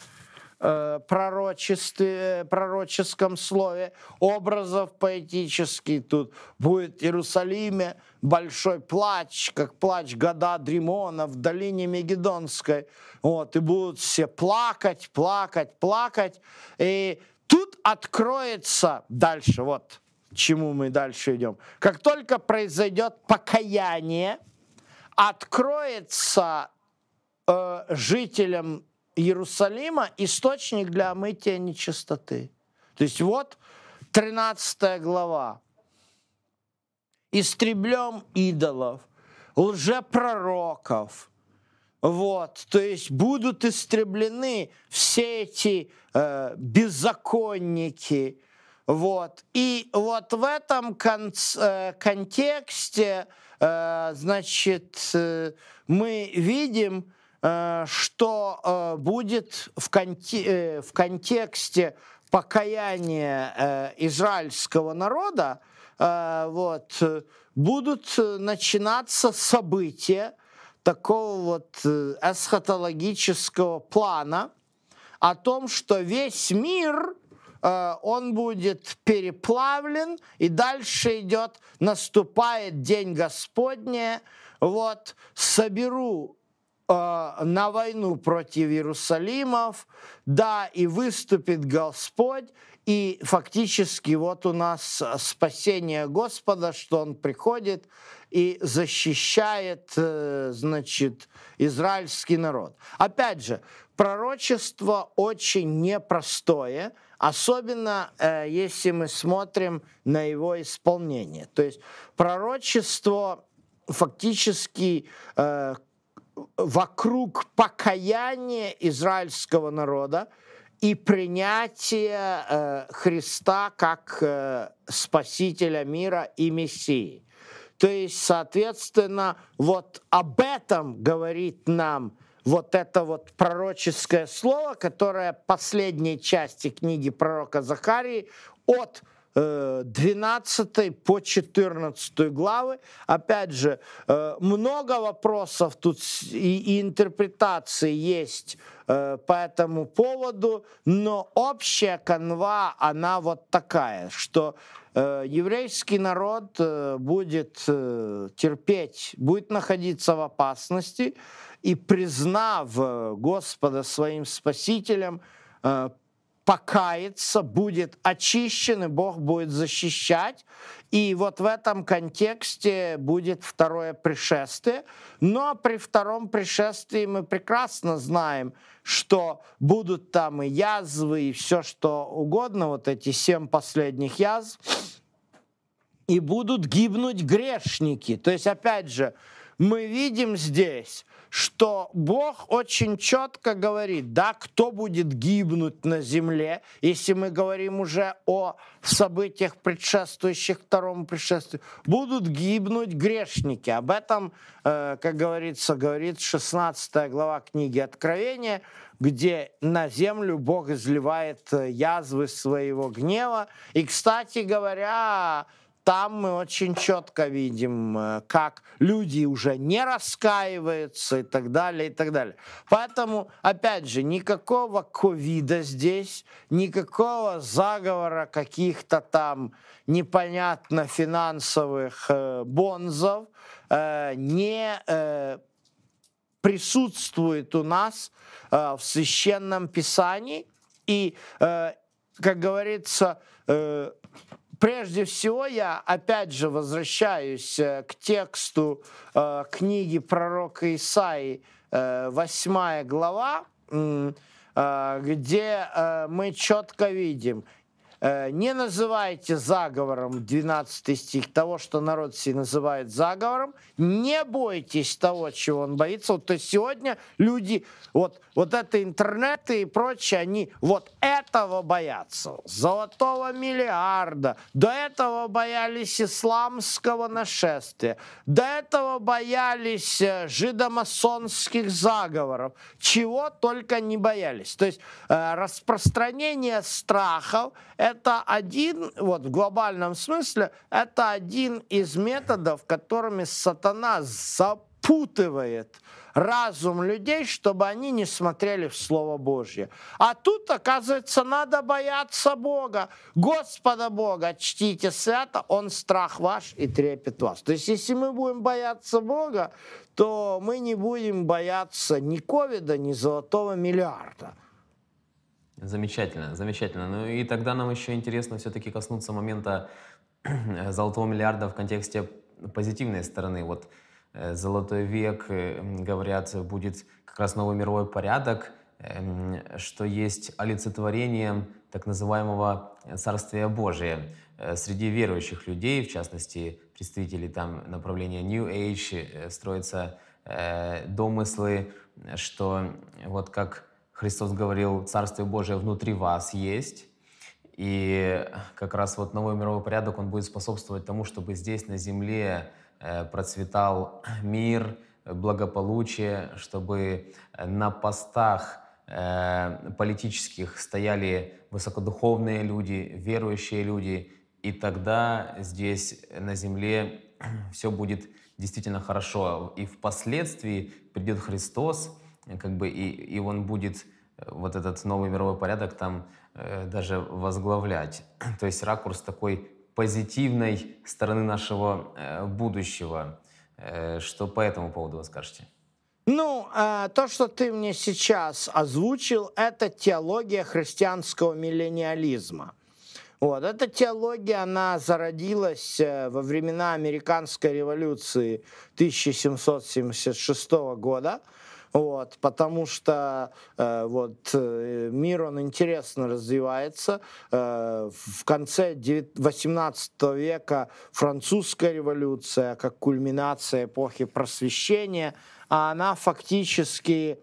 пророческом слове, образов поэтических. Тут будет в Иерусалиме большой плач, как плач года Дримона в долине Мегидонской. Вот, и будут все плакать, плакать, плакать. И тут откроется дальше, вот к чему мы дальше идем. Как только произойдет покаяние, откроется жителям Иерусалима источник для омытия нечистоты. То есть вот 13 глава. «Истреблем идолов, лжепророков». Вот, то есть будут истреблены все эти беззаконники. Вот. И вот в этом контексте, значит, мы видим, что будет в контексте покаяния израильского народа, вот, будут начинаться события такого вот эсхатологического плана о том, что весь мир, он будет переплавлен, и дальше идет, наступает день Господний, вот, соберу на войну против Иерусалимов, да, и выступит Господь, и фактически вот у нас спасение Господа, что Он приходит и защищает, значит, израильский народ. Опять же, пророчество очень непростое, особенно если мы смотрим на его исполнение. То есть пророчество фактически вокруг покаяния израильского народа и принятия Христа как Спасителя мира и Мессии. То есть, соответственно, вот об этом говорит нам вот это вот пророческое слово, которое в последней части книги пророка Захарии от 12 по 14 главы. Опять же, много вопросов тут и интерпретаций есть по этому поводу, но общая канва, она вот такая, что еврейский народ будет терпеть, будет находиться в опасности, и, признав Господа своим Спасителем, покается, будет очищен, и Бог будет защищать. И вот в этом контексте будет второе пришествие. Но при втором пришествии мы прекрасно знаем, что будут там и язвы, и все что угодно, вот эти 7 последних язв, и будут гибнуть грешники. То есть, опять же, мы видим здесь, что Бог очень четко говорит, да, кто будет гибнуть на земле, если мы говорим уже о событиях, предшествующих второму пришествию, будут гибнуть грешники. Об этом, как говорится, говорит 16 глава книги Откровения, где на землю Бог изливает язвы своего гнева. И, кстати говоря, там мы очень четко видим, как люди уже не раскаиваются и так далее, и так далее. Поэтому, опять же, никакого ковида здесь, никакого заговора каких-то там непонятно финансовых бонзов не присутствует у нас в Священном Писании. И, как говорится, прежде всего, я опять же возвращаюсь к тексту книги пророка Исаии, 8 глава, где мы четко видим: не называйте заговором, 12 стих, того, что народ сей называет заговором, не бойтесь того, чего он боится. Вот, то есть сегодня люди, вот это интернеты и прочее, они вот этого боятся, золотого миллиарда, до этого боялись исламского нашествия, до этого боялись жидомасонских заговоров, чего только не боялись. То есть распространение страхов — это один, вот в глобальном смысле, это один из методов, которыми сатана запутывает разум людей, чтобы они не смотрели в Слово Божье. А тут, оказывается, надо бояться Бога. Господа Бога чтите свято, Он страх ваш и трепет вас. То есть, если мы будем бояться Бога, то мы не будем бояться ни ковида, ни золотого миллиарда. Замечательно, замечательно. Ну и тогда нам еще интересно все-таки коснуться момента золотого миллиарда в контексте позитивной стороны. Вот золотой век, говорят, будет как раз новый мировой порядок, что есть олицетворением так называемого Царствия Божия среди верующих людей, в частности, представителей там направления New Age, строятся домыслы, что вот как Христос говорил, Царствие Божие внутри вас есть, и как раз вот новый мировой порядок, он будет способствовать тому, чтобы здесь на земле процветал мир, благополучие, чтобы на постах политических стояли высокодуховные люди, верующие люди, и тогда здесь на земле все будет действительно хорошо. И впоследствии придет Христос, как бы, и он будет вот этот новый мировой порядок там даже возглавлять. То есть ракурс такой позитивной стороны нашего будущего. Что по этому поводу вы скажете? Ну, то, что ты мне сейчас озвучил, это теология христианского миллениализма. Вот. Эта теология, она зародилась во времена американской революции 1776 года. Вот, потому что мир, он интересно развивается. В конце 18 века французская революция, как кульминация эпохи просвещения, она фактически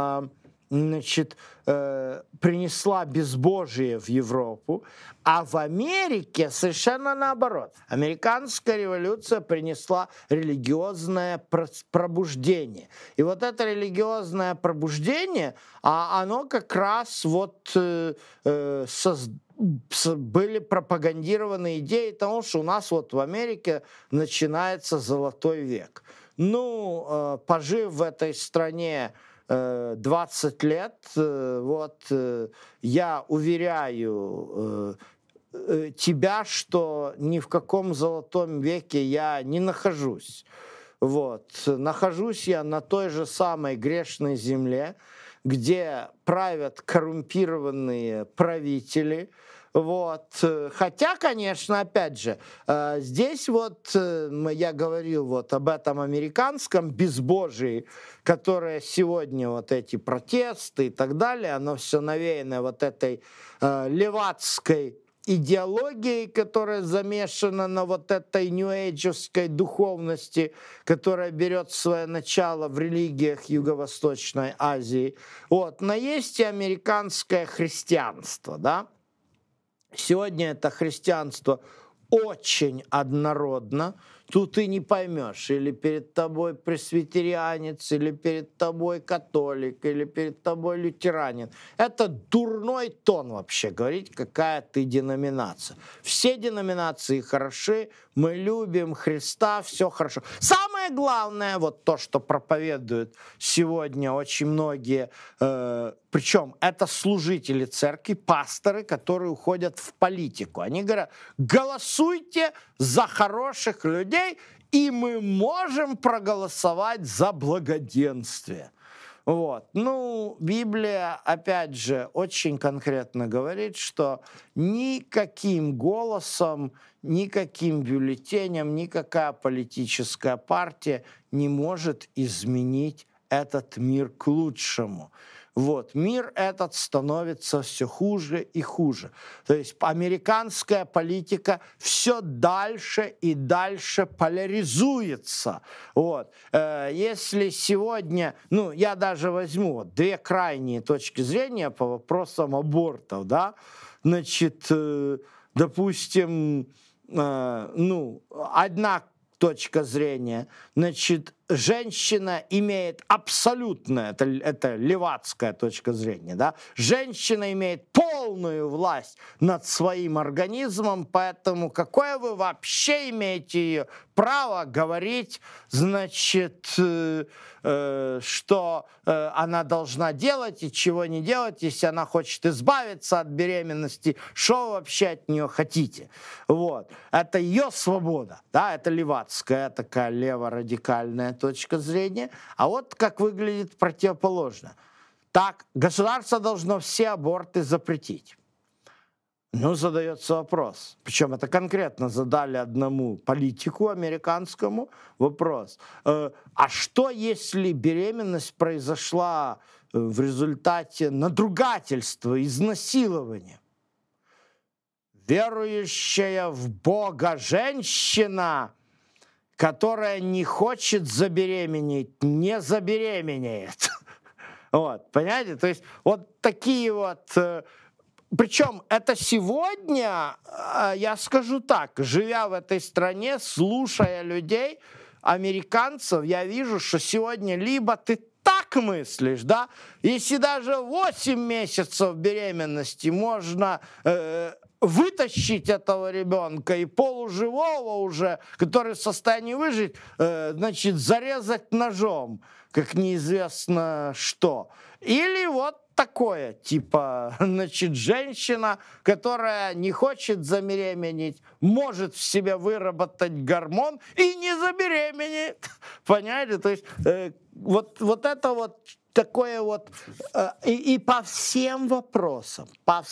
принесла безбожие в Европу, а в Америке совершенно наоборот. Американская революция принесла религиозное пробуждение. И вот это религиозное пробуждение, оно как раз были пропагандированы идеи того, что у нас вот в Америке начинается золотой век. Ну, пожив в этой стране 20 лет, я уверяю тебя, что ни в каком золотом веке я не нахожусь. Вот. Нахожусь я на той же самой грешной земле, где правят коррумпированные правители. Вот. Хотя, конечно, опять же, здесь я говорил об этом американском безбожии, которое сегодня эти протесты и так далее, оно все навеяно этой левацкой идеологией, которая замешана на этой нью-эйджевской духовности, которая берет свое начало в религиях Юго-Восточной Азии. Но есть и американское христианство, да? Сегодня это христианство очень однородно. Тут ты не поймешь, или перед тобой пресвитерианец, или перед тобой католик, или перед тобой лютеранин. Это дурной тон вообще говорить, какая ты деноминация. Все деноминации хороши, мы любим Христа, все хорошо. Самое главное, то, что проповедуют сегодня очень многие, причем это служители церкви, пасторы, которые уходят в политику. Они говорят, голосуйте за хороших людей, и мы можем проголосовать за благоденствие. Библия, опять же, очень конкретно говорит, что никаким голосом, никаким бюллетенем, никакая политическая партия не может изменить этот мир к лучшему. Мир этот становится все хуже и хуже. То есть американская политика все дальше и дальше поляризуется. Если сегодня, я даже возьму две крайние точки зрения по вопросам абортов, да, допустим, одна точка зрения, женщина имеет абсолютно, это левацкая точка зрения, да, женщина имеет полную власть над своим организмом, поэтому какое вы вообще имеете ее право говорить, значит, что она должна делать и чего не делать, если она хочет избавиться от беременности, что вы вообще от нее хотите? Вот. Это ее свобода, да, это левацкая такая леворадикальная точка зрения. А вот как выглядит противоположно. Так, государство должно все аборты запретить. Ну, задается вопрос. Причем это конкретно задали одному политику американскому вопрос. А что, если беременность произошла в результате надругательства, изнасилования? Верующая в Бога женщина, которая не хочет забеременеть, не забеременеет. Вот, понимаете? То есть вот такие вот... Причем это сегодня, я скажу так, живя в этой стране, слушая людей, американцев, я вижу, что сегодня либо ты так мыслишь, да, если даже 8 месяцев беременности можно вытащить этого ребенка и полуживого уже, который в состоянии выжить, значит, зарезать ножом, как неизвестно что. Или вот такое, типа, значит, женщина, которая не хочет забеременеть, может в себе выработать гормон и не забеременеет. Понимаете? То есть вот это вот такое вот... И по всем вопросам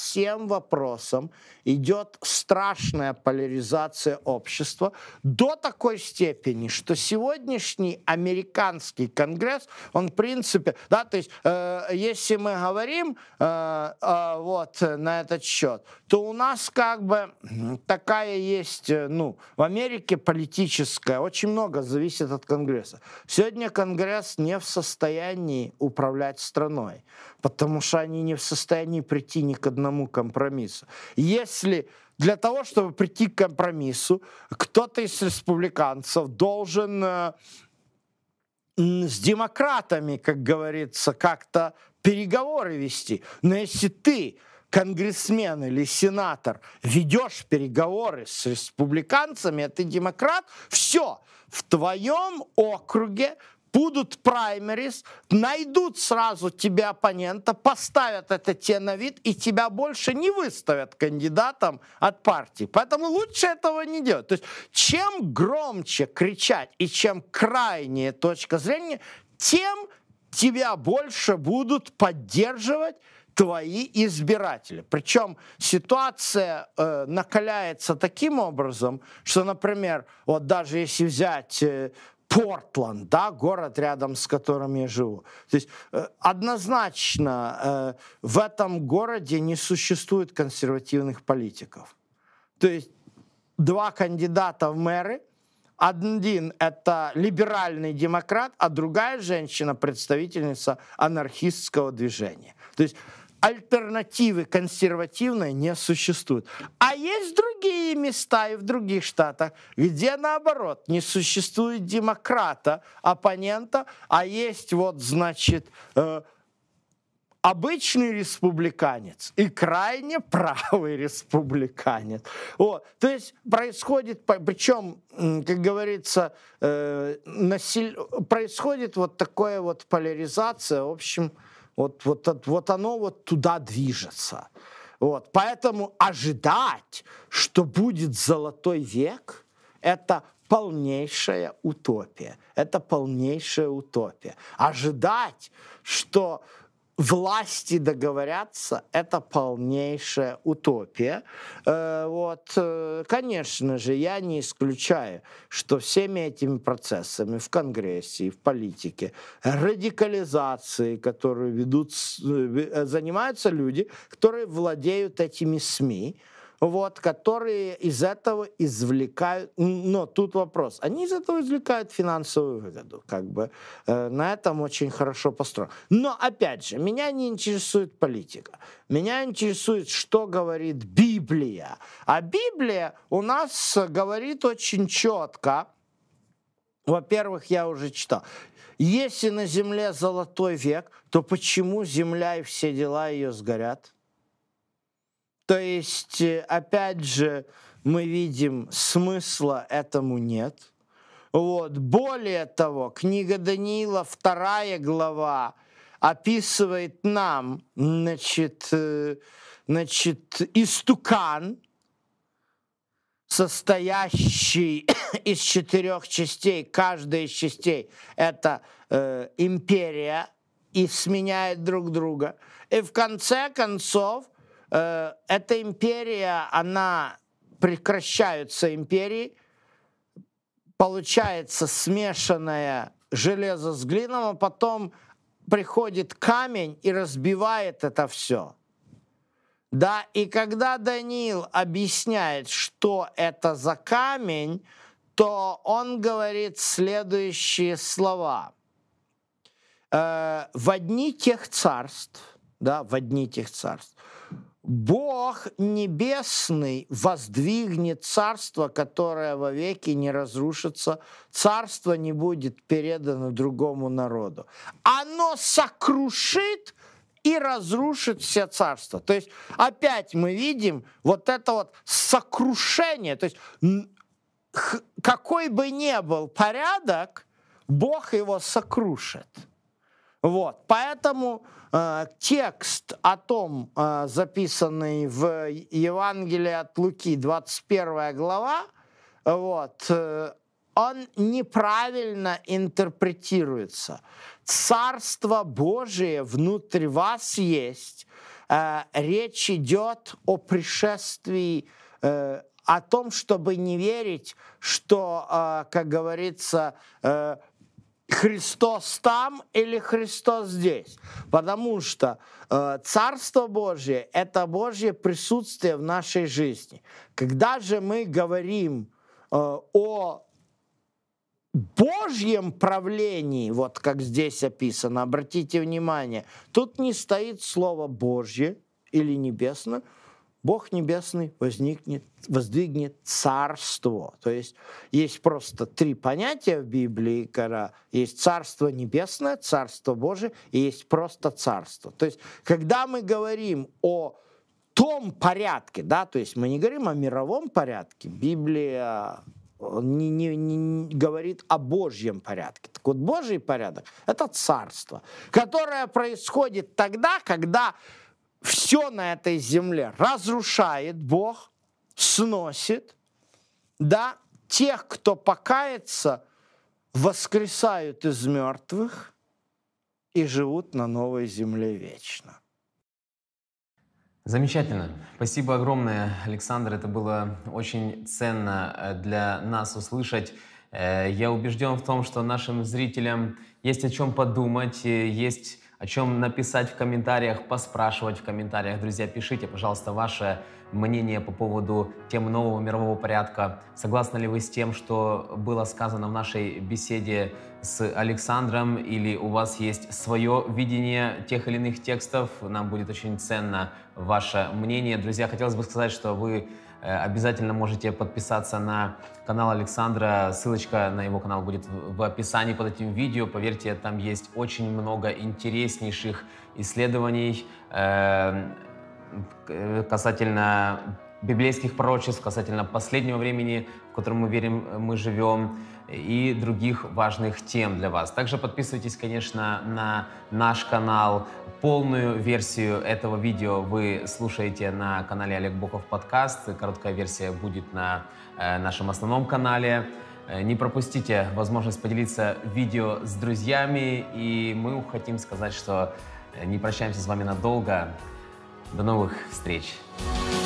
идет страшная поляризация общества до такой степени, что сегодняшний американский конгресс, он в принципе, да, то есть если мы говорим вот на этот счет, то у нас как бы такая есть, ну, в Америке политическая, очень много зависит от конгресса. Сегодня конгресс не в состоянии управлять страной, потому что они не в состоянии прийти ни к одному компромиссу. Если для того, чтобы прийти к компромиссу, кто-то из республиканцев должен с демократами, как говорится, как-то переговоры вести. Но если ты, конгрессмен или сенатор, ведешь переговоры с республиканцами, а ты демократ, все, в твоем округе будут праймерис, найдут сразу тебе оппонента, поставят это тебе на вид, и тебя больше не выставят кандидатом от партии. Поэтому лучше этого не делать. То есть чем громче кричать и чем крайняя точка зрения, тем тебя больше будут поддерживать твои избиратели. Причем ситуация накаляется таким образом, что, например, вот даже если взять Портленд, да, город, рядом с которым я живу. То есть однозначно в этом городе не существует консервативных политиков. То есть 2 кандидата в мэры, один это либеральный демократ, а другая женщина представительница анархистского движения. То есть альтернативы консервативной не существует. А есть другие места и в других штатах, где наоборот не существует демократа, оппонента, а есть вот, значит, обычный республиканец и крайне правый республиканец. Вот. То есть происходит, причем, как говорится, происходит вот такая вот поляризация, в общем, вот оно вот туда движется. Вот. Поэтому ожидать, что будет золотой век, это полнейшая утопия. Это полнейшая утопия. Ожидать, что власти договорятся, это полнейшая утопия. Вот, конечно же, я не исключаю, что всеми этими процессами в Конгрессе и в политике, радикализации, которые занимаются люди, которые владеют этими СМИ, вот, которые из этого извлекают, но тут вопрос, они из этого извлекают финансовую выгоду, как бы на этом очень хорошо построено. Но, опять же, меня не интересует политика, меня интересует, что говорит Библия. А Библия у нас говорит очень четко, Во-первых, я уже читал. Если на земле золотой век, то почему земля и все дела ее сгорят? То есть, опять же, мы видим, смысла этому нет. Вот. Более того, книга Даниила, 2 глава, описывает нам, истукан, состоящий из 4 частей. Каждая из частей – это империя, и сменяет друг друга. И в конце концов, эта империя, прекращаются империи, получается смешанное железо с глином, а потом приходит камень и разбивает это все. Да, и когда Даниил объясняет, что это за камень, то он говорит следующие слова. В одни тех царств, Бог Небесный воздвигнет царство, которое вовеки не разрушится, царство не будет передано другому народу. Оно сокрушит и разрушит все царства. То есть опять мы видим вот это вот сокрушение. То есть какой бы ни был порядок, Бог его сокрушит. Вот. Поэтому текст о том, записанный в Евангелии от Луки, 21 глава, вот, он неправильно интерпретируется. Царство Божие внутри вас есть. Речь идет о пришествии, о том, чтобы не верить, что, как говорится, Христос там или Христос здесь. Потому что Царство Божие – это Божье присутствие в нашей жизни. Когда же мы говорим о Божьем правлении, вот как здесь описано, обратите внимание, тут не стоит слово «Божье» или «небесное». Бог Небесный воздвигнет царство. То есть просто 3 понятия в Библии, когда есть Царство Небесное, Царство Божие и есть просто Царство. То есть когда мы говорим о том порядке, да, то есть мы не говорим о мировом порядке, Библия не говорит о Божьем порядке. Так вот, Божий порядок – это царство, которое происходит тогда, когда все на этой земле разрушает Бог, сносит, да, тех, кто покается, воскресают из мертвых и живут на новой земле вечно. Замечательно. Спасибо огромное, Александр. Это было очень ценно для нас услышать. Я убежден в том, что нашим зрителям есть о чем подумать, есть о чем написать в комментариях, поспрашивать в комментариях. Друзья, пишите, пожалуйста, ваше мнение по поводу тем нового мирового порядка. Согласны ли вы с тем, что было сказано в нашей беседе с Александром, или у вас есть свое видение тех или иных текстов? Нам будет очень ценно ваше мнение. Друзья, хотелось бы сказать, что вы обязательно можете подписаться на канал Александра. Ссылочка на его канал будет в описании под этим видео. Поверьте, там есть очень много интереснейших исследований касательно библейских пророчеств, касательно последнего времени, в котором мы верим, мы живем, и других важных тем для вас. Также подписывайтесь, конечно, на наш канал. Полную версию этого видео вы слушаете на канале Олег Боков подкаст. Короткая версия будет на нашем основном канале. Не пропустите возможность поделиться видео с друзьями. И мы хотим сказать, что не прощаемся с вами надолго. До новых встреч!